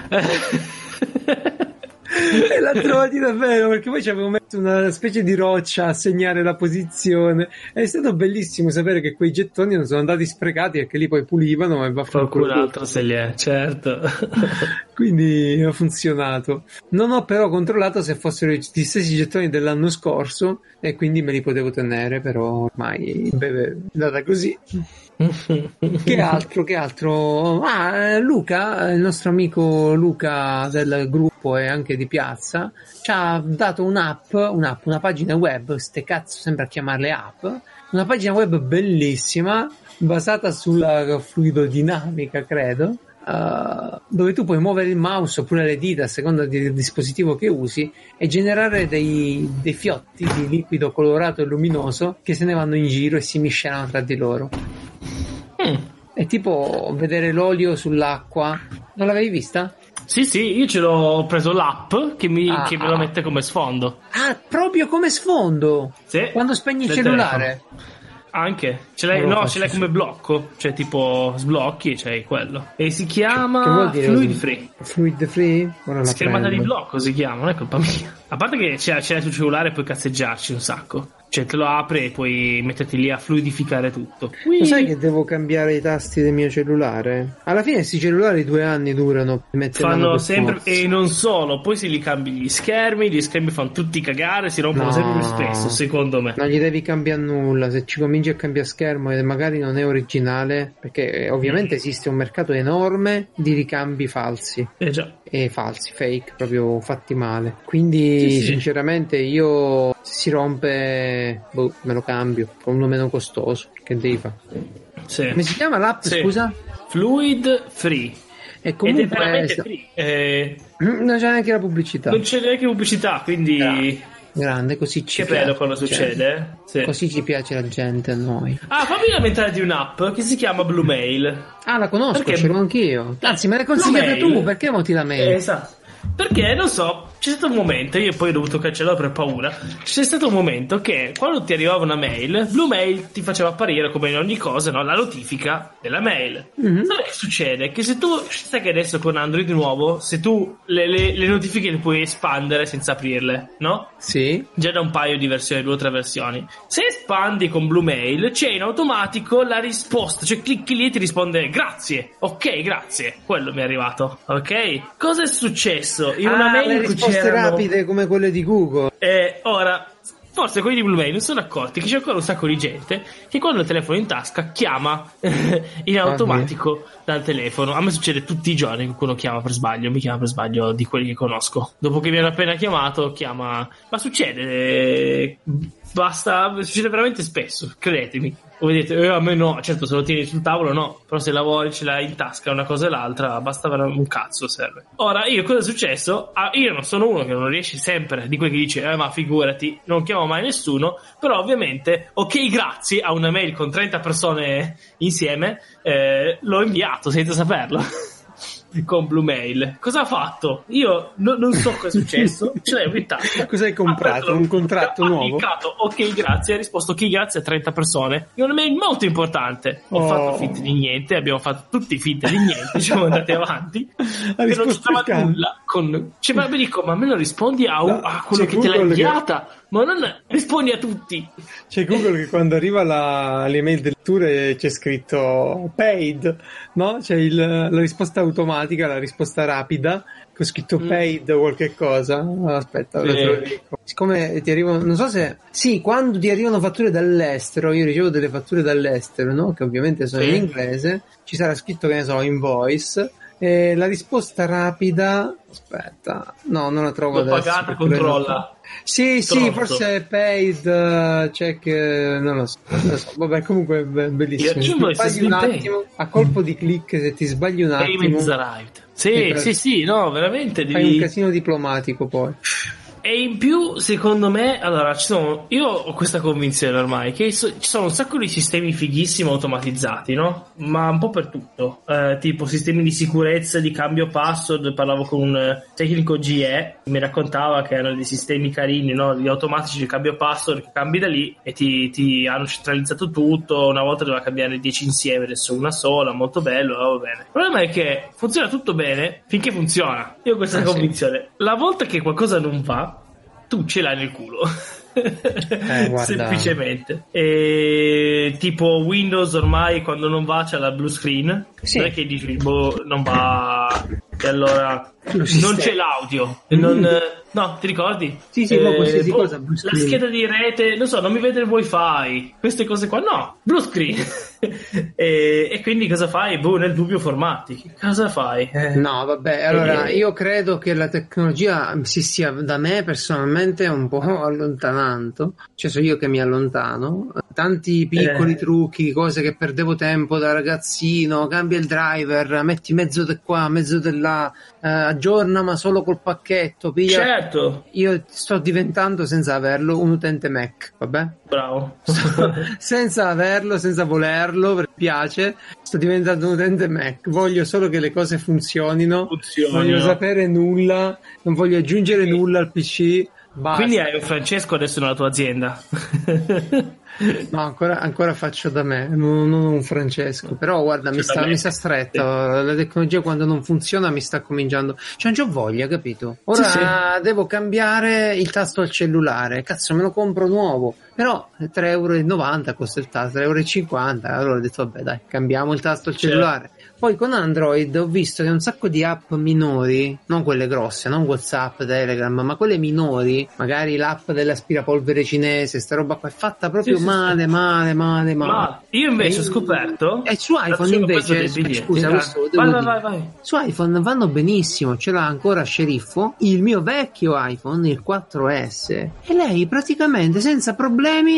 Speaker 1: E l'ha trovati davvero, perché poi ci avevo messo una specie di roccia a segnare la posizione. È stato bellissimo sapere che quei gettoni non sono andati sprecati e che li poi pulivano e va a fare
Speaker 2: qualcun altro se li è, certo.
Speaker 1: Quindi ha funzionato. Non ho però controllato se fossero gli stessi gettoni dell'anno scorso e quindi me li potevo tenere, però ormai beh, è andata così. Che altro, che altro? Ah, Luca, il nostro amico Luca del gruppo e anche di Piazza, ci ha dato un'app, un'app, una pagina web, ste cazzo sembra chiamarle app, una pagina web bellissima, basata sulla fluidodinamica, credo, uh, dove tu puoi muovere il mouse oppure le dita a seconda del dispositivo che usi e generare dei, dei fiotti di liquido colorato e luminoso che se ne vanno in giro e si miscelano tra di loro. Mm. È tipo vedere l'olio sull'acqua. Non l'avevi vista?
Speaker 2: Sì, sì, io ce l'ho preso l'app che mi,
Speaker 1: ah,
Speaker 2: che me lo mette come sfondo.
Speaker 1: Ah, proprio come sfondo?
Speaker 2: Sì.
Speaker 1: Quando spegni il cellulare?
Speaker 2: Telefono. Anche. Ce l'hai, no, ce l'hai come blocco. Cioè tipo sblocchi e c'hai quello. E si chiama
Speaker 1: che vuol dire
Speaker 2: Fluid
Speaker 1: così?
Speaker 2: Free.
Speaker 1: Fluid Free?
Speaker 2: Schermata di blocco si chiama, non è colpa mia. A parte che ce l'hai sul cellulare e puoi cazzeggiarci un sacco. Cioè te lo apri e puoi metterti lì a fluidificare tutto.
Speaker 1: Lo sai che devo cambiare i tasti del mio cellulare? Alla fine questi cellulari due anni durano.
Speaker 2: Fanno sempre forza. E non solo. Poi se li cambi gli schermi, gli schermi fanno tutti cagare, si rompono
Speaker 1: no,
Speaker 2: sempre più spesso, secondo me.
Speaker 1: Non gli devi cambiare nulla. Se ci cominci a cambiare schermo e magari non è originale, perché ovviamente mm. esiste un mercato enorme di ricambi falsi.
Speaker 2: Eh già.
Speaker 1: E falsi, fake, proprio fatti male. Quindi sì, sì. sinceramente io se si rompe boh, me lo cambio con uno meno costoso. Che devi fare?
Speaker 2: Sì.
Speaker 1: Come si chiama l'app,
Speaker 2: sì.
Speaker 1: scusa?
Speaker 2: Fluid Free.
Speaker 1: E comunque
Speaker 2: ed è veramente free. Eh...
Speaker 1: non c'è neanche la pubblicità.
Speaker 2: Non c'è neanche pubblicità, quindi
Speaker 1: Grande, Grande così ci
Speaker 2: che
Speaker 1: piace.
Speaker 2: bello quando succede. Sì.
Speaker 1: Così ci piace la gente a noi.
Speaker 2: Ah, fammi lamentare di un'app che si chiama Blue Mail.
Speaker 1: Ah, la conosco,
Speaker 2: perché...
Speaker 1: ce l'ho anch'io. Anzi, me l'hai consigliata tu, perché mo ti lamenti?
Speaker 2: Eh, esatto. Perché, non so, c'è stato un momento, io poi ho dovuto cancellare per paura, c'è stato un momento che quando ti arrivava una mail, Blue Mail ti faceva apparire come in ogni cosa, no? La notifica della mail. Mm-hmm. Sai che succede? Che se tu, sai che adesso con Android nuovo, se tu le, le, le notifiche le puoi espandere senza aprirle, no?
Speaker 1: Sì.
Speaker 2: Già da un paio di versioni, due o tre versioni. Se espandi con Blue Mail c'è in automatico la risposta, cioè clicchi lì e ti risponde grazie, ok, grazie, quello mi è arrivato, ok? Cosa è successo? In una
Speaker 1: ah,
Speaker 2: mail
Speaker 1: le risposte
Speaker 2: c'erano...
Speaker 1: rapide come quelle di Google.
Speaker 2: Eh, ora, forse quelli di Blue Mail non sono accorti che c'è ancora un sacco di gente che quando ha il telefono in tasca chiama in automatico oh, dal telefono. A me succede tutti i giorni che qualcuno chiama per sbaglio, mi chiama per sbaglio di quelli che conosco. Dopo che mi hanno appena chiamato, chiama... Ma succede... Eh, basta, succede veramente spesso, credetemi. Voi dite, eh, a me no, certo se lo tieni sul tavolo no, però se lavori ce l'hai in tasca una cosa e l'altra, basta avere un cazzo serve. Ora, io cosa è successo? Ah, io non sono uno che non riesce sempre, di quelli che dice, eh ma figurati, non chiamo mai nessuno, però ovviamente, ok grazie, a una mail con trenta persone insieme, eh, l'ho inviato senza saperlo. Con Blue Mail. Cosa ha fatto? Io no, non so cosa è successo. Ce l'hai in tasca.
Speaker 1: Cosa hai comprato? Un contratto nuovo?
Speaker 2: Cliccato, ok grazie, ha risposto ok grazie a trenta persone. È una mail molto importante. Ho oh. fatto finta di niente, abbiamo fatto tutti finta di niente, siamo andati avanti. E non c'era nulla con... Cioè, ma mi dico, ma me lo rispondi a, no, a quello che Google te l'ha inviata? Che... Ma non rispondi a tutti.
Speaker 1: C'è Google che quando arriva la, l'email del letture c'è scritto paid, no? C'è il, la risposta automatica, la risposta rapida, che ho scritto mm. paid o qualche cosa. Aspetta, ora te lo dico. Siccome ti arrivano, non so se... Sì, quando ti arrivano fatture dall'estero, io ricevo delle fatture dall'estero, no? Che ovviamente sono sì. in inglese, ci sarà scritto, che ne so, invoice... E la risposta rapida, aspetta, no, non la trovo
Speaker 2: l'ho
Speaker 1: adesso.
Speaker 2: Pagata, controlla.
Speaker 1: Sì, sì, forse è paid, uh, check, uh, non lo so, non lo so. Vabbè, comunque è bellissimo. Se ti sbagli un attimo, a colpo di click, se ti sbagli un attimo...
Speaker 2: Payments arrived. Sì, sì, sì, no, veramente.
Speaker 1: Fai devi... un casino diplomatico poi.
Speaker 2: E in più, secondo me, allora, ci sono, io ho questa convinzione ormai che so, ci sono un sacco di sistemi fighissimi automatizzati, no? Ma un po' per tutto, eh, tipo sistemi di sicurezza, di cambio password. Parlavo con un tecnico G E, mi raccontava che erano dei sistemi carini, no? Di automatici di cambio password, che cambi da lì e ti, ti hanno centralizzato tutto. Una volta doveva cambiare dieci insieme, adesso una sola, molto bello, va bene. Il problema è che funziona tutto bene finché funziona. Io ho questa ah, convinzione. Sì. La volta che qualcosa non va, tu ce l'hai nel culo. Eh, semplicemente. E tipo Windows ormai quando non va c'è la blue screen. Sì. Non è che dici boh, non va e allora non c'è l'audio. Mm. Non, no, ti ricordi?
Speaker 1: Sì, sì, eh, ma qualsiasi boh, cosa blue
Speaker 2: screen. La scheda di rete, non so, non mi vede il wifi, queste cose qua, no, blue screen. e, e quindi cosa fai? Boh, nel dubbio formati. Che cosa fai? Eh.
Speaker 1: No, vabbè, allora eh. io credo che la tecnologia si stia da me personalmente un po' allontanando, cioè sono io che mi allontano. Tanti piccoli eh. trucchi, cose che perdevo tempo da ragazzino, cambia il driver, metti mezzo di qua, mezzo di là, eh, aggiorna ma solo col pacchetto, piglia.
Speaker 2: Certo.
Speaker 1: Io sto diventando, senza averlo, un utente Mac, vabbè?
Speaker 2: Bravo.
Speaker 1: Senza averlo, senza volerlo, per piace, sto diventando un utente Mac. Voglio solo che le cose funzionino,
Speaker 2: Funzionino.
Speaker 1: voglio sapere nulla, non voglio aggiungere nulla al P C. Basta.
Speaker 2: Quindi hai un Francesco adesso nella tua azienda?
Speaker 1: No, ancora, ancora faccio da me, non, non un Francesco. Però guarda, mi sta, mi sta stretto. Sì. La tecnologia quando non funziona mi sta cominciando. Cioè, non c'ho voglia, capito? Ora sì, sì. devo cambiare il tasto al cellulare. Cazzo, me lo compro nuovo. Però tre euro e novanta costa il tasto, tre euro e cinquanta. Allora ho detto, vabbè, dai, cambiamo il tasto al cellulare. Certo. Poi con Android ho visto che un sacco di app minori, non quelle grosse, non WhatsApp, Telegram, ma quelle minori, magari l'app dell'aspirapolvere cinese, sta roba qua è fatta proprio sì, male, sì. male, male, male. Ma
Speaker 2: io invece ho scoperto...
Speaker 1: E su iPhone invece, scusa, questo
Speaker 2: vai, vai, vai, vai.
Speaker 1: Su iPhone vanno benissimo, ce l'ha ancora Sceriffo, il mio vecchio iPhone, il quattro S, e lei praticamente senza problemi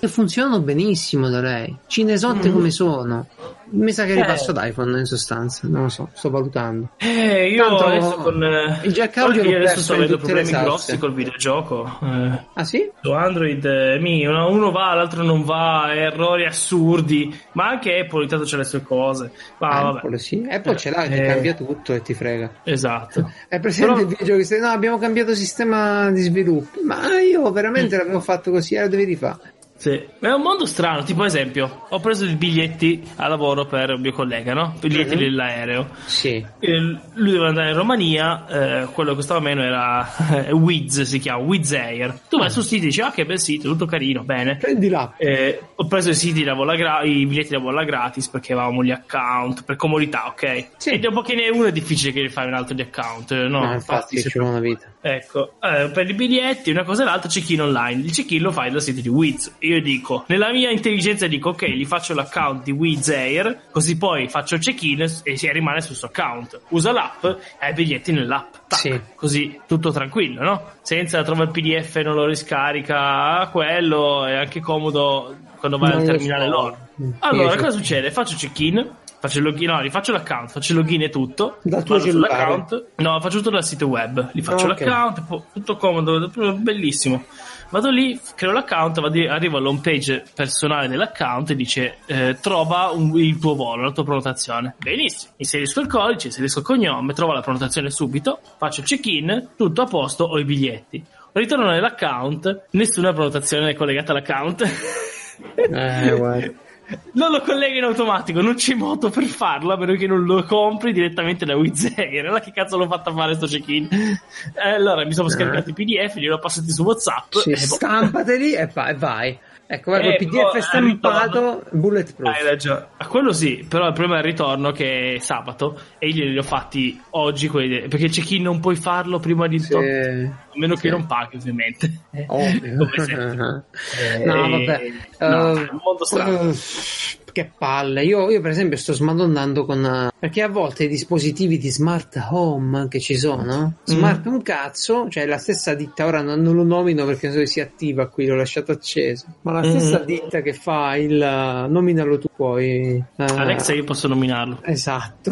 Speaker 1: che funzionano benissimo da lei, cinesotte mm. come sono. Mi sa che ripasso eh. l'iPhone in sostanza, non lo so, sto valutando.
Speaker 2: Eh, io
Speaker 1: Tanto,
Speaker 2: adesso con
Speaker 1: il jack audio
Speaker 2: io adesso sto avendo problemi
Speaker 1: salse.
Speaker 2: grossi col videogioco. Eh,
Speaker 1: ah sì?
Speaker 2: Su Android eh, mi, uno, uno va, l'altro non va, errori assurdi, ma anche Apple ogni tanto c'ha le sue cose. Ma
Speaker 1: ah,
Speaker 2: vabbè.
Speaker 1: Apple sì, Apple
Speaker 2: eh,
Speaker 1: ce l'ha, ti
Speaker 2: eh,
Speaker 1: cambia tutto e ti frega.
Speaker 2: Esatto.
Speaker 1: È presente
Speaker 2: Però...
Speaker 1: il videogioco che stai, no, abbiamo cambiato sistema di sviluppo, ma io veramente l'avevo fatto così, lo devi rifare.
Speaker 2: Sì, è un mondo strano. Tipo, ad esempio, ho preso i biglietti a lavoro per un mio collega, no? Biglietti mm-hmm. dell'aereo.
Speaker 1: Sì.
Speaker 2: E lui doveva andare in Romania, eh, quello che costava meno era eh, Wizz, si chiama Wizz Air. Tu vai ah. sul sito e dici, ah, che bel sito, tutto carino, bene.
Speaker 1: Prendi là.
Speaker 2: Eh, ho preso i siti da vola gra- i biglietti da vola gratis perché avevamo gli account, per comodità, ok? Sì. E dopo che ne hai uno è difficile che ne fai un altro di account, no?
Speaker 1: No, infatti, ci vuole una vita.
Speaker 2: Ecco, eh, per i biglietti, una cosa e l'altra, check-in online. Il check-in lo fai dal sito di Wizz. Io dico, nella mia intelligenza dico, ok, gli faccio l'account di Wizz Air, così poi faccio check-in e si rimane sul suo account. Usa l'app e hai i biglietti nell'app. Tac, sì. Così, tutto tranquillo, no? Senza trova il P D F, non lo riscarica, quello è anche comodo quando vai non al terminale so. loro. Allora, cosa succede? Faccio check-in, faccio il login, no, rifaccio l'account, faccio il login e tutto.
Speaker 1: Dal tuo cellulare?
Speaker 2: No, faccio tutto dal sito web. Li faccio oh, okay. l'account, tutto comodo, bellissimo. Vado lì, creo l'account, vado, arrivo all'home page personale dell'account e dice eh, trova un, il tuo volo, la tua prenotazione. Benissimo, inserisco il codice, inserisco il cognome, trovo la prenotazione subito, faccio il check-in, tutto a posto, ho i biglietti. Ritorno nell'account, nessuna prenotazione è collegata all'account.
Speaker 1: Eh, guarda.
Speaker 2: Non lo collega in automatico, non c'è modo per farlo a meno che non lo compri direttamente da Wizz Air. Allora che cazzo l'ho fatta fare sto check-in? Eh, allora mi sono scaricato i P D F, li ho passati su WhatsApp.
Speaker 1: Sì,
Speaker 2: e
Speaker 1: stampateli e vai. Ecco, guarda, il P D F stampato, bulletproof.
Speaker 2: Hai ragione. A quello sì, però il problema è il ritorno che è sabato e io li ho fatti oggi quelli, perché il check-in non puoi farlo prima di sì. A meno sì. che non paghi, ovviamente.
Speaker 1: Ovvio.
Speaker 2: Come sempre. eh,
Speaker 1: no, vabbè.
Speaker 2: No,
Speaker 1: uh,
Speaker 2: è un mondo strano.
Speaker 1: Uh, che palle. Io, io per esempio sto smadonnando con uh, perché a volte i dispositivi di smart home che ci sono, smart mm. un cazzo, cioè la stessa ditta, ora non, non lo nomino perché non so se si attiva qui, l'ho lasciato acceso, ma la stessa mm. ditta che fa il uh, nominalo tu poi uh,
Speaker 2: Alexa, io posso nominarlo.
Speaker 1: Esatto.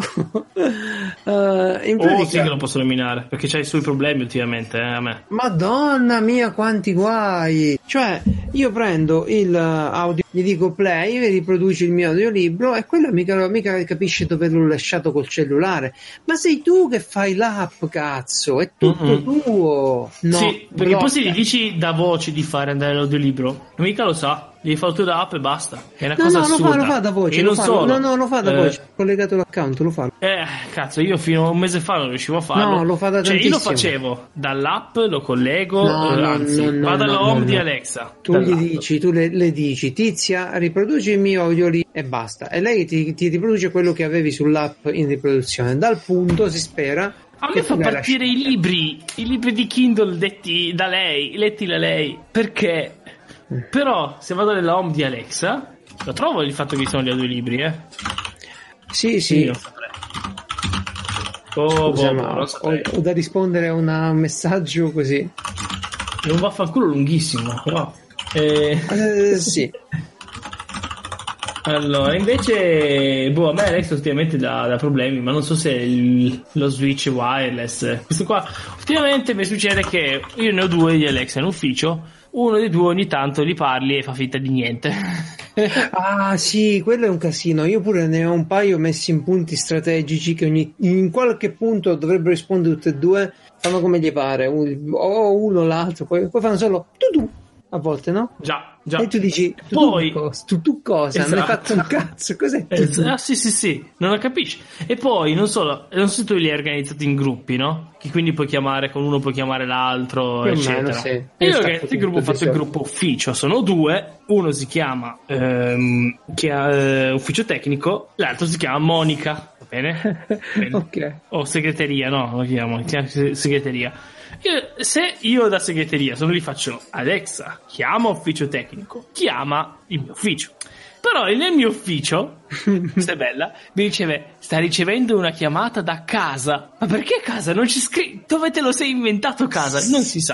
Speaker 1: uh, in pratica...
Speaker 2: oh sì che lo posso nominare perché c'hai i suoi problemi ultimamente, eh, a me.
Speaker 1: Madonna mia quanti guai, cioè io prendo il audio, gli dico play e riproduci il mio audiolibro e quello mica, mica capisce dove l'ho lasciato col cellulare, ma sei tu che fai l'app, cazzo, è tutto mm-hmm. tuo. No,
Speaker 2: sì, perché
Speaker 1: blocca.
Speaker 2: poi se gli dici da voce di fare andare l'audiolibro mica lo sa, devi fare tu l'app e basta, è una
Speaker 1: no,
Speaker 2: cosa
Speaker 1: no,
Speaker 2: assurda.
Speaker 1: lo fa, lo fa da voce,
Speaker 2: e
Speaker 1: lo
Speaker 2: non
Speaker 1: fa,
Speaker 2: solo
Speaker 1: no no lo fa da
Speaker 2: eh,
Speaker 1: voce, collegato l'account, lo fa.
Speaker 2: Eh, cazzo, io fino a un mese fa non riuscivo a farlo.
Speaker 1: No, lo fa da
Speaker 2: cioè
Speaker 1: tantissimo.
Speaker 2: io lo facevo dall'app, lo collego,
Speaker 1: no,
Speaker 2: eh, anzi,
Speaker 1: no, no,
Speaker 2: vado alla
Speaker 1: no,
Speaker 2: home
Speaker 1: no,
Speaker 2: di
Speaker 1: no.
Speaker 2: Alexa.
Speaker 1: Tu gli dici, tu le, le dici, Tizia, riproduci il mio audiolibro e basta. E lei ti, ti riproduce quello che avevi sull'app in riproduzione. Dal punto, si spera.
Speaker 2: A me fa partire i libri, i libri di Kindle detti da lei, letti da lei. Perché? Però se vado nella home di Alexa, lo trovo il fatto che sono gli audiolibri, eh?
Speaker 1: Sì, sì. sì.
Speaker 2: Oh,
Speaker 1: Scusa,
Speaker 2: boh,
Speaker 1: ma
Speaker 2: non
Speaker 1: ho, ho da rispondere a una, un messaggio così.
Speaker 2: È un vaffanculo lunghissimo, però. Eh...
Speaker 1: Eh, sì.
Speaker 2: Allora, invece, boh, a me Alexa ultimamente dà, dà problemi, ma non so se il, lo switch wireless. Questo qua, ultimamente mi succede che io ne ho due di Alexa in ufficio, uno dei due ogni tanto li parli e fa finta di niente.
Speaker 1: Ah sì, quello è un casino. Io pure ne ho un paio messi in punti strategici che ogni, in qualche punto dovrebbero rispondere tutte e due, fanno come gli pare, o uno o l'altro, poi, poi fanno solo tu tu. A volte, no?
Speaker 2: Già, già.
Speaker 1: E tu dici, tu,
Speaker 2: poi,
Speaker 1: tu, cosa, tu, tu cosa?
Speaker 2: Esatto.
Speaker 1: Non hai fatto un cazzo, cos'è?
Speaker 2: Es- ah sì sì sì, non lo capisci. E poi, non solo, non so se tu li hai organizzati in gruppi, no? Che quindi puoi chiamare, con uno puoi chiamare l'altro,
Speaker 1: più
Speaker 2: eccetera.
Speaker 1: Meno, sì.
Speaker 2: E io ho organizzato il gruppo, ho fatto il gruppo ufficio, sono due, uno si chiama ehm, che ha, eh, ufficio tecnico, l'altro si chiama Monica, va bene? Bene.
Speaker 1: Ok.
Speaker 2: O segreteria, no? Lo chiamo, si chiama segreteria. Io, se io da segreteria solo gli faccio Alexa, chiama ufficio tecnico, chiama il mio ufficio. Però nel mio ufficio, questa è bella, mi riceve, sta ricevendo una chiamata da casa. Ma perché casa? Non c'è scritto, dove te lo sei inventato casa? Non si sa.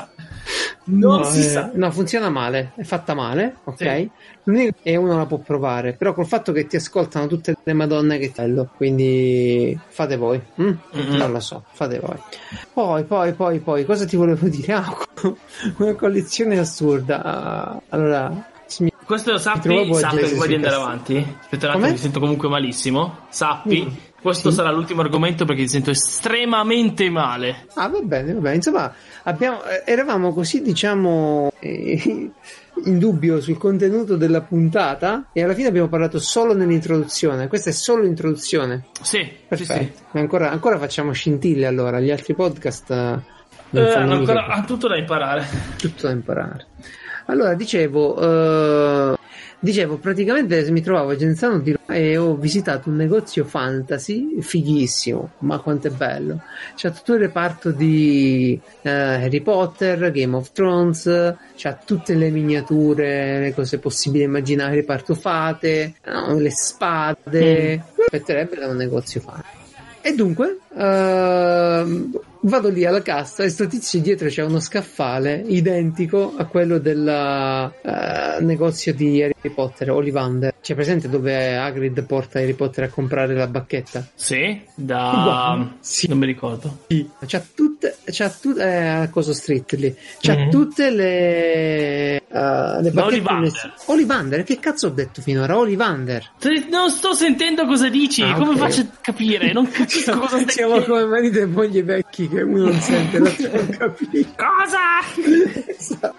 Speaker 2: Non
Speaker 1: no,
Speaker 2: si
Speaker 1: eh,
Speaker 2: sa.
Speaker 1: No, funziona male, è fatta male, ok?
Speaker 2: Sì.
Speaker 1: L'unico e uno la può provare, però col fatto che ti ascoltano tutte le madonne che bello, quindi fate voi, hm? Non lo so, fate voi. Poi, poi, poi, poi, cosa ti volevo dire? Ah, una collezione assurda. Allora,
Speaker 2: questo sappi, sappi che vuoi di andare avanti. Aspetta un attimo, ti sento comunque malissimo. Sappi, mm, questo sì. sarà l'ultimo argomento perché ti sento estremamente male.
Speaker 1: Ah, va bene, va bene. Insomma, abbiamo, eravamo così, diciamo, eh, in dubbio sul contenuto della puntata e alla fine abbiamo parlato solo nell'introduzione. Questa è solo l'introduzione.
Speaker 2: Sì,
Speaker 1: perfetto.
Speaker 2: Sì, sì.
Speaker 1: Ancora, ancora facciamo scintille allora. Gli altri podcast non
Speaker 2: eh,
Speaker 1: fanno
Speaker 2: ancora ha tutto da imparare.
Speaker 1: Tutto da imparare. Allora, dicevo, uh, dicevo, praticamente mi trovavo a Genzano di Roma e ho visitato un negozio fantasy fighissimo, ma quanto è bello. C'ha tutto il reparto di uh, Harry Potter, Game of Thrones, c'ha tutte le miniature, le cose possibili e immaginare, reparto fate, no, le spade, mm. aspetterebbe da un negozio fantasy. E dunque, uh, vado lì alla cassa e sto tizio dietro c'è uno scaffale identico a quello del uh, negozio di Harry Potter, Ollivander. C'è presente dove Hagrid porta Harry Potter a comprare la bacchetta?
Speaker 2: Sì, da... Sì. Non mi ricordo.
Speaker 1: Sì. C'ha tutte, c'ha tutte, eh, a Coso Street lì. C'ha mm-hmm. tutte le... Uh, le bacchette messe... Ollivander, che cazzo ho detto finora? Ollivander.
Speaker 2: Non sto sentendo cosa dici, ah, come okay. faccio a capire? Non capisco cosa stai
Speaker 1: dicendo. Siamo come marito e moglie vecchi che uno non sente, l'altro non capisce.
Speaker 2: Cosa?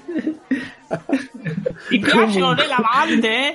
Speaker 2: Ti piacciono le lavande?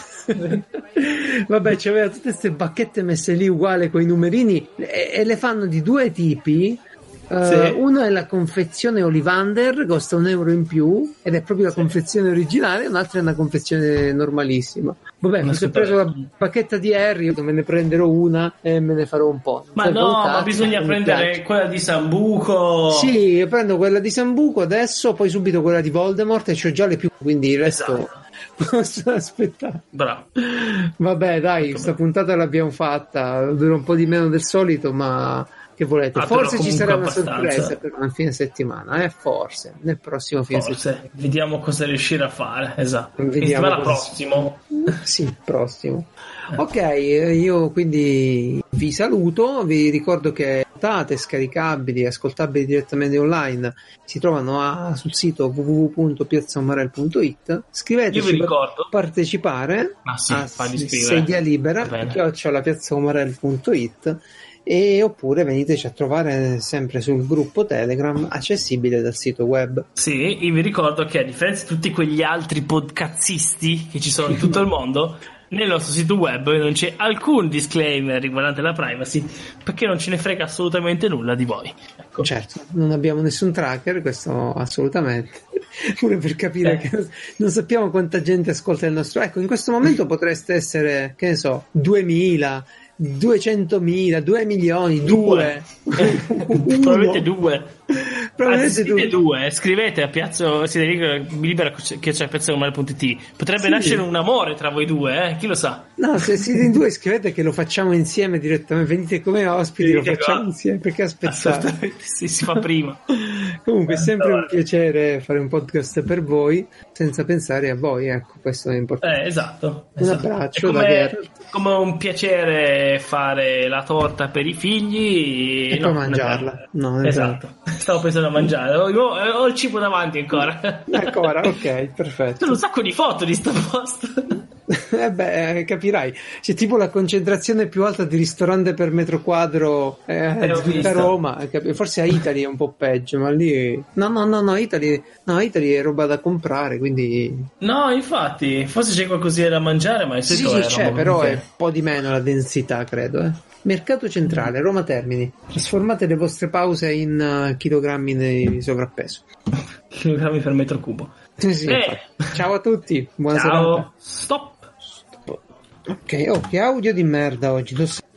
Speaker 1: Vabbè, c'aveva tutte queste bacchette messe lì uguali con i numerini e, e le fanno di due tipi. Uh, sì. Uno è la confezione Ollivander, costa un euro in più ed è proprio la sì. confezione originale, un'altra è una confezione normalissima. Vabbè, mi sono preso la bacchetta di Harry, me ne prenderò una e me ne farò un po'.
Speaker 2: Ma no, ma bisogna prendere piace. quella di Sambuco.
Speaker 1: Sì, io prendo quella di Sambuco adesso, poi subito quella di Voldemort e c'ho già le più, quindi il resto esatto. posso aspettare.
Speaker 2: Bravo.
Speaker 1: Vabbè, dai, questa puntata l'abbiamo fatta, dura un po' di meno del solito, ma che volete? Ah, forse ci sarà una abbastanza. sorpresa per un fine settimana, eh? Forse nel prossimo fine
Speaker 2: forse.
Speaker 1: settimana.
Speaker 2: Vediamo cosa riuscire a fare. Esatto. Vediamo cosa... prossimo.
Speaker 1: Sì, prossimo. Ok, io quindi vi saluto, vi ricordo che puntate scaricabili, ascoltabili direttamente online si trovano a, sul sito w w w punto piazza umarell punto it. Scriveteci per partecipare
Speaker 2: ah, sì,
Speaker 1: a Sedia Libera chiocciola piazza umarell punto it e oppure veniteci a trovare sempre sul gruppo Telegram accessibile dal sito web.
Speaker 2: Sì, io vi ricordo che a differenza di tutti quegli altri podcazzisti che ci sono in tutto il mondo, nel nostro sito web non c'è alcun disclaimer riguardante la privacy perché non ce ne frega assolutamente nulla di voi. Ecco.
Speaker 1: Certo, non abbiamo nessun tracker, questo assolutamente. Pure per capire eh. che non sappiamo quanta gente ascolta il nostro. Ecco, in questo momento potreste essere, che ne so, duemila, duecentomila, due milioni, due,
Speaker 2: probabilmente due.
Speaker 1: Probabilmente
Speaker 2: due. due. Scrivete a Piazza Siete Libera che c'è piazza umarell punto it. Potrebbe sì. nascere un amore tra voi due, eh? Chi lo sa?
Speaker 1: No, se siete in due scrivete che lo facciamo insieme direttamente, venite come ospiti, venite lo facciamo qua. insieme, perché aspettate?
Speaker 2: Sì, si fa prima.
Speaker 1: Comunque è sempre un piacere fare un podcast per voi senza pensare a voi, ecco, questo è importante.
Speaker 2: Eh, esatto.
Speaker 1: Un
Speaker 2: esatto.
Speaker 1: abbraccio
Speaker 2: come,
Speaker 1: da Geralt.
Speaker 2: Come un piacere fare la torta per i figli
Speaker 1: e
Speaker 2: no,
Speaker 1: poi mangiarla. No,
Speaker 2: esatto. Stavo pensando a mangiare, ho, ho il cibo davanti ancora.
Speaker 1: Ancora, ok, perfetto.
Speaker 2: Sono un sacco di foto di sto posto.
Speaker 1: Eh beh, capirai, c'è tipo la concentrazione più alta di ristorante per metro quadro eh, di tutta Roma, forse a Italy è un po' peggio, ma lì no no no no Italy, no, Italy è roba da comprare, quindi
Speaker 2: no, infatti, forse c'è qualcosina da mangiare, ma
Speaker 1: sì, sì, c'è, però è un po' di meno la densità, credo, eh. Mercato Centrale, Roma Termini. Trasformate le vostre pause in uh, chilogrammi di sovrappeso.
Speaker 2: Chilogrammi per metro cubo.
Speaker 1: Sì, sì, eh. Ciao a tutti, buona
Speaker 2: Ciao.
Speaker 1: serata.
Speaker 2: Stop.
Speaker 1: Ok, oh, che audio di merda oggi, lo so.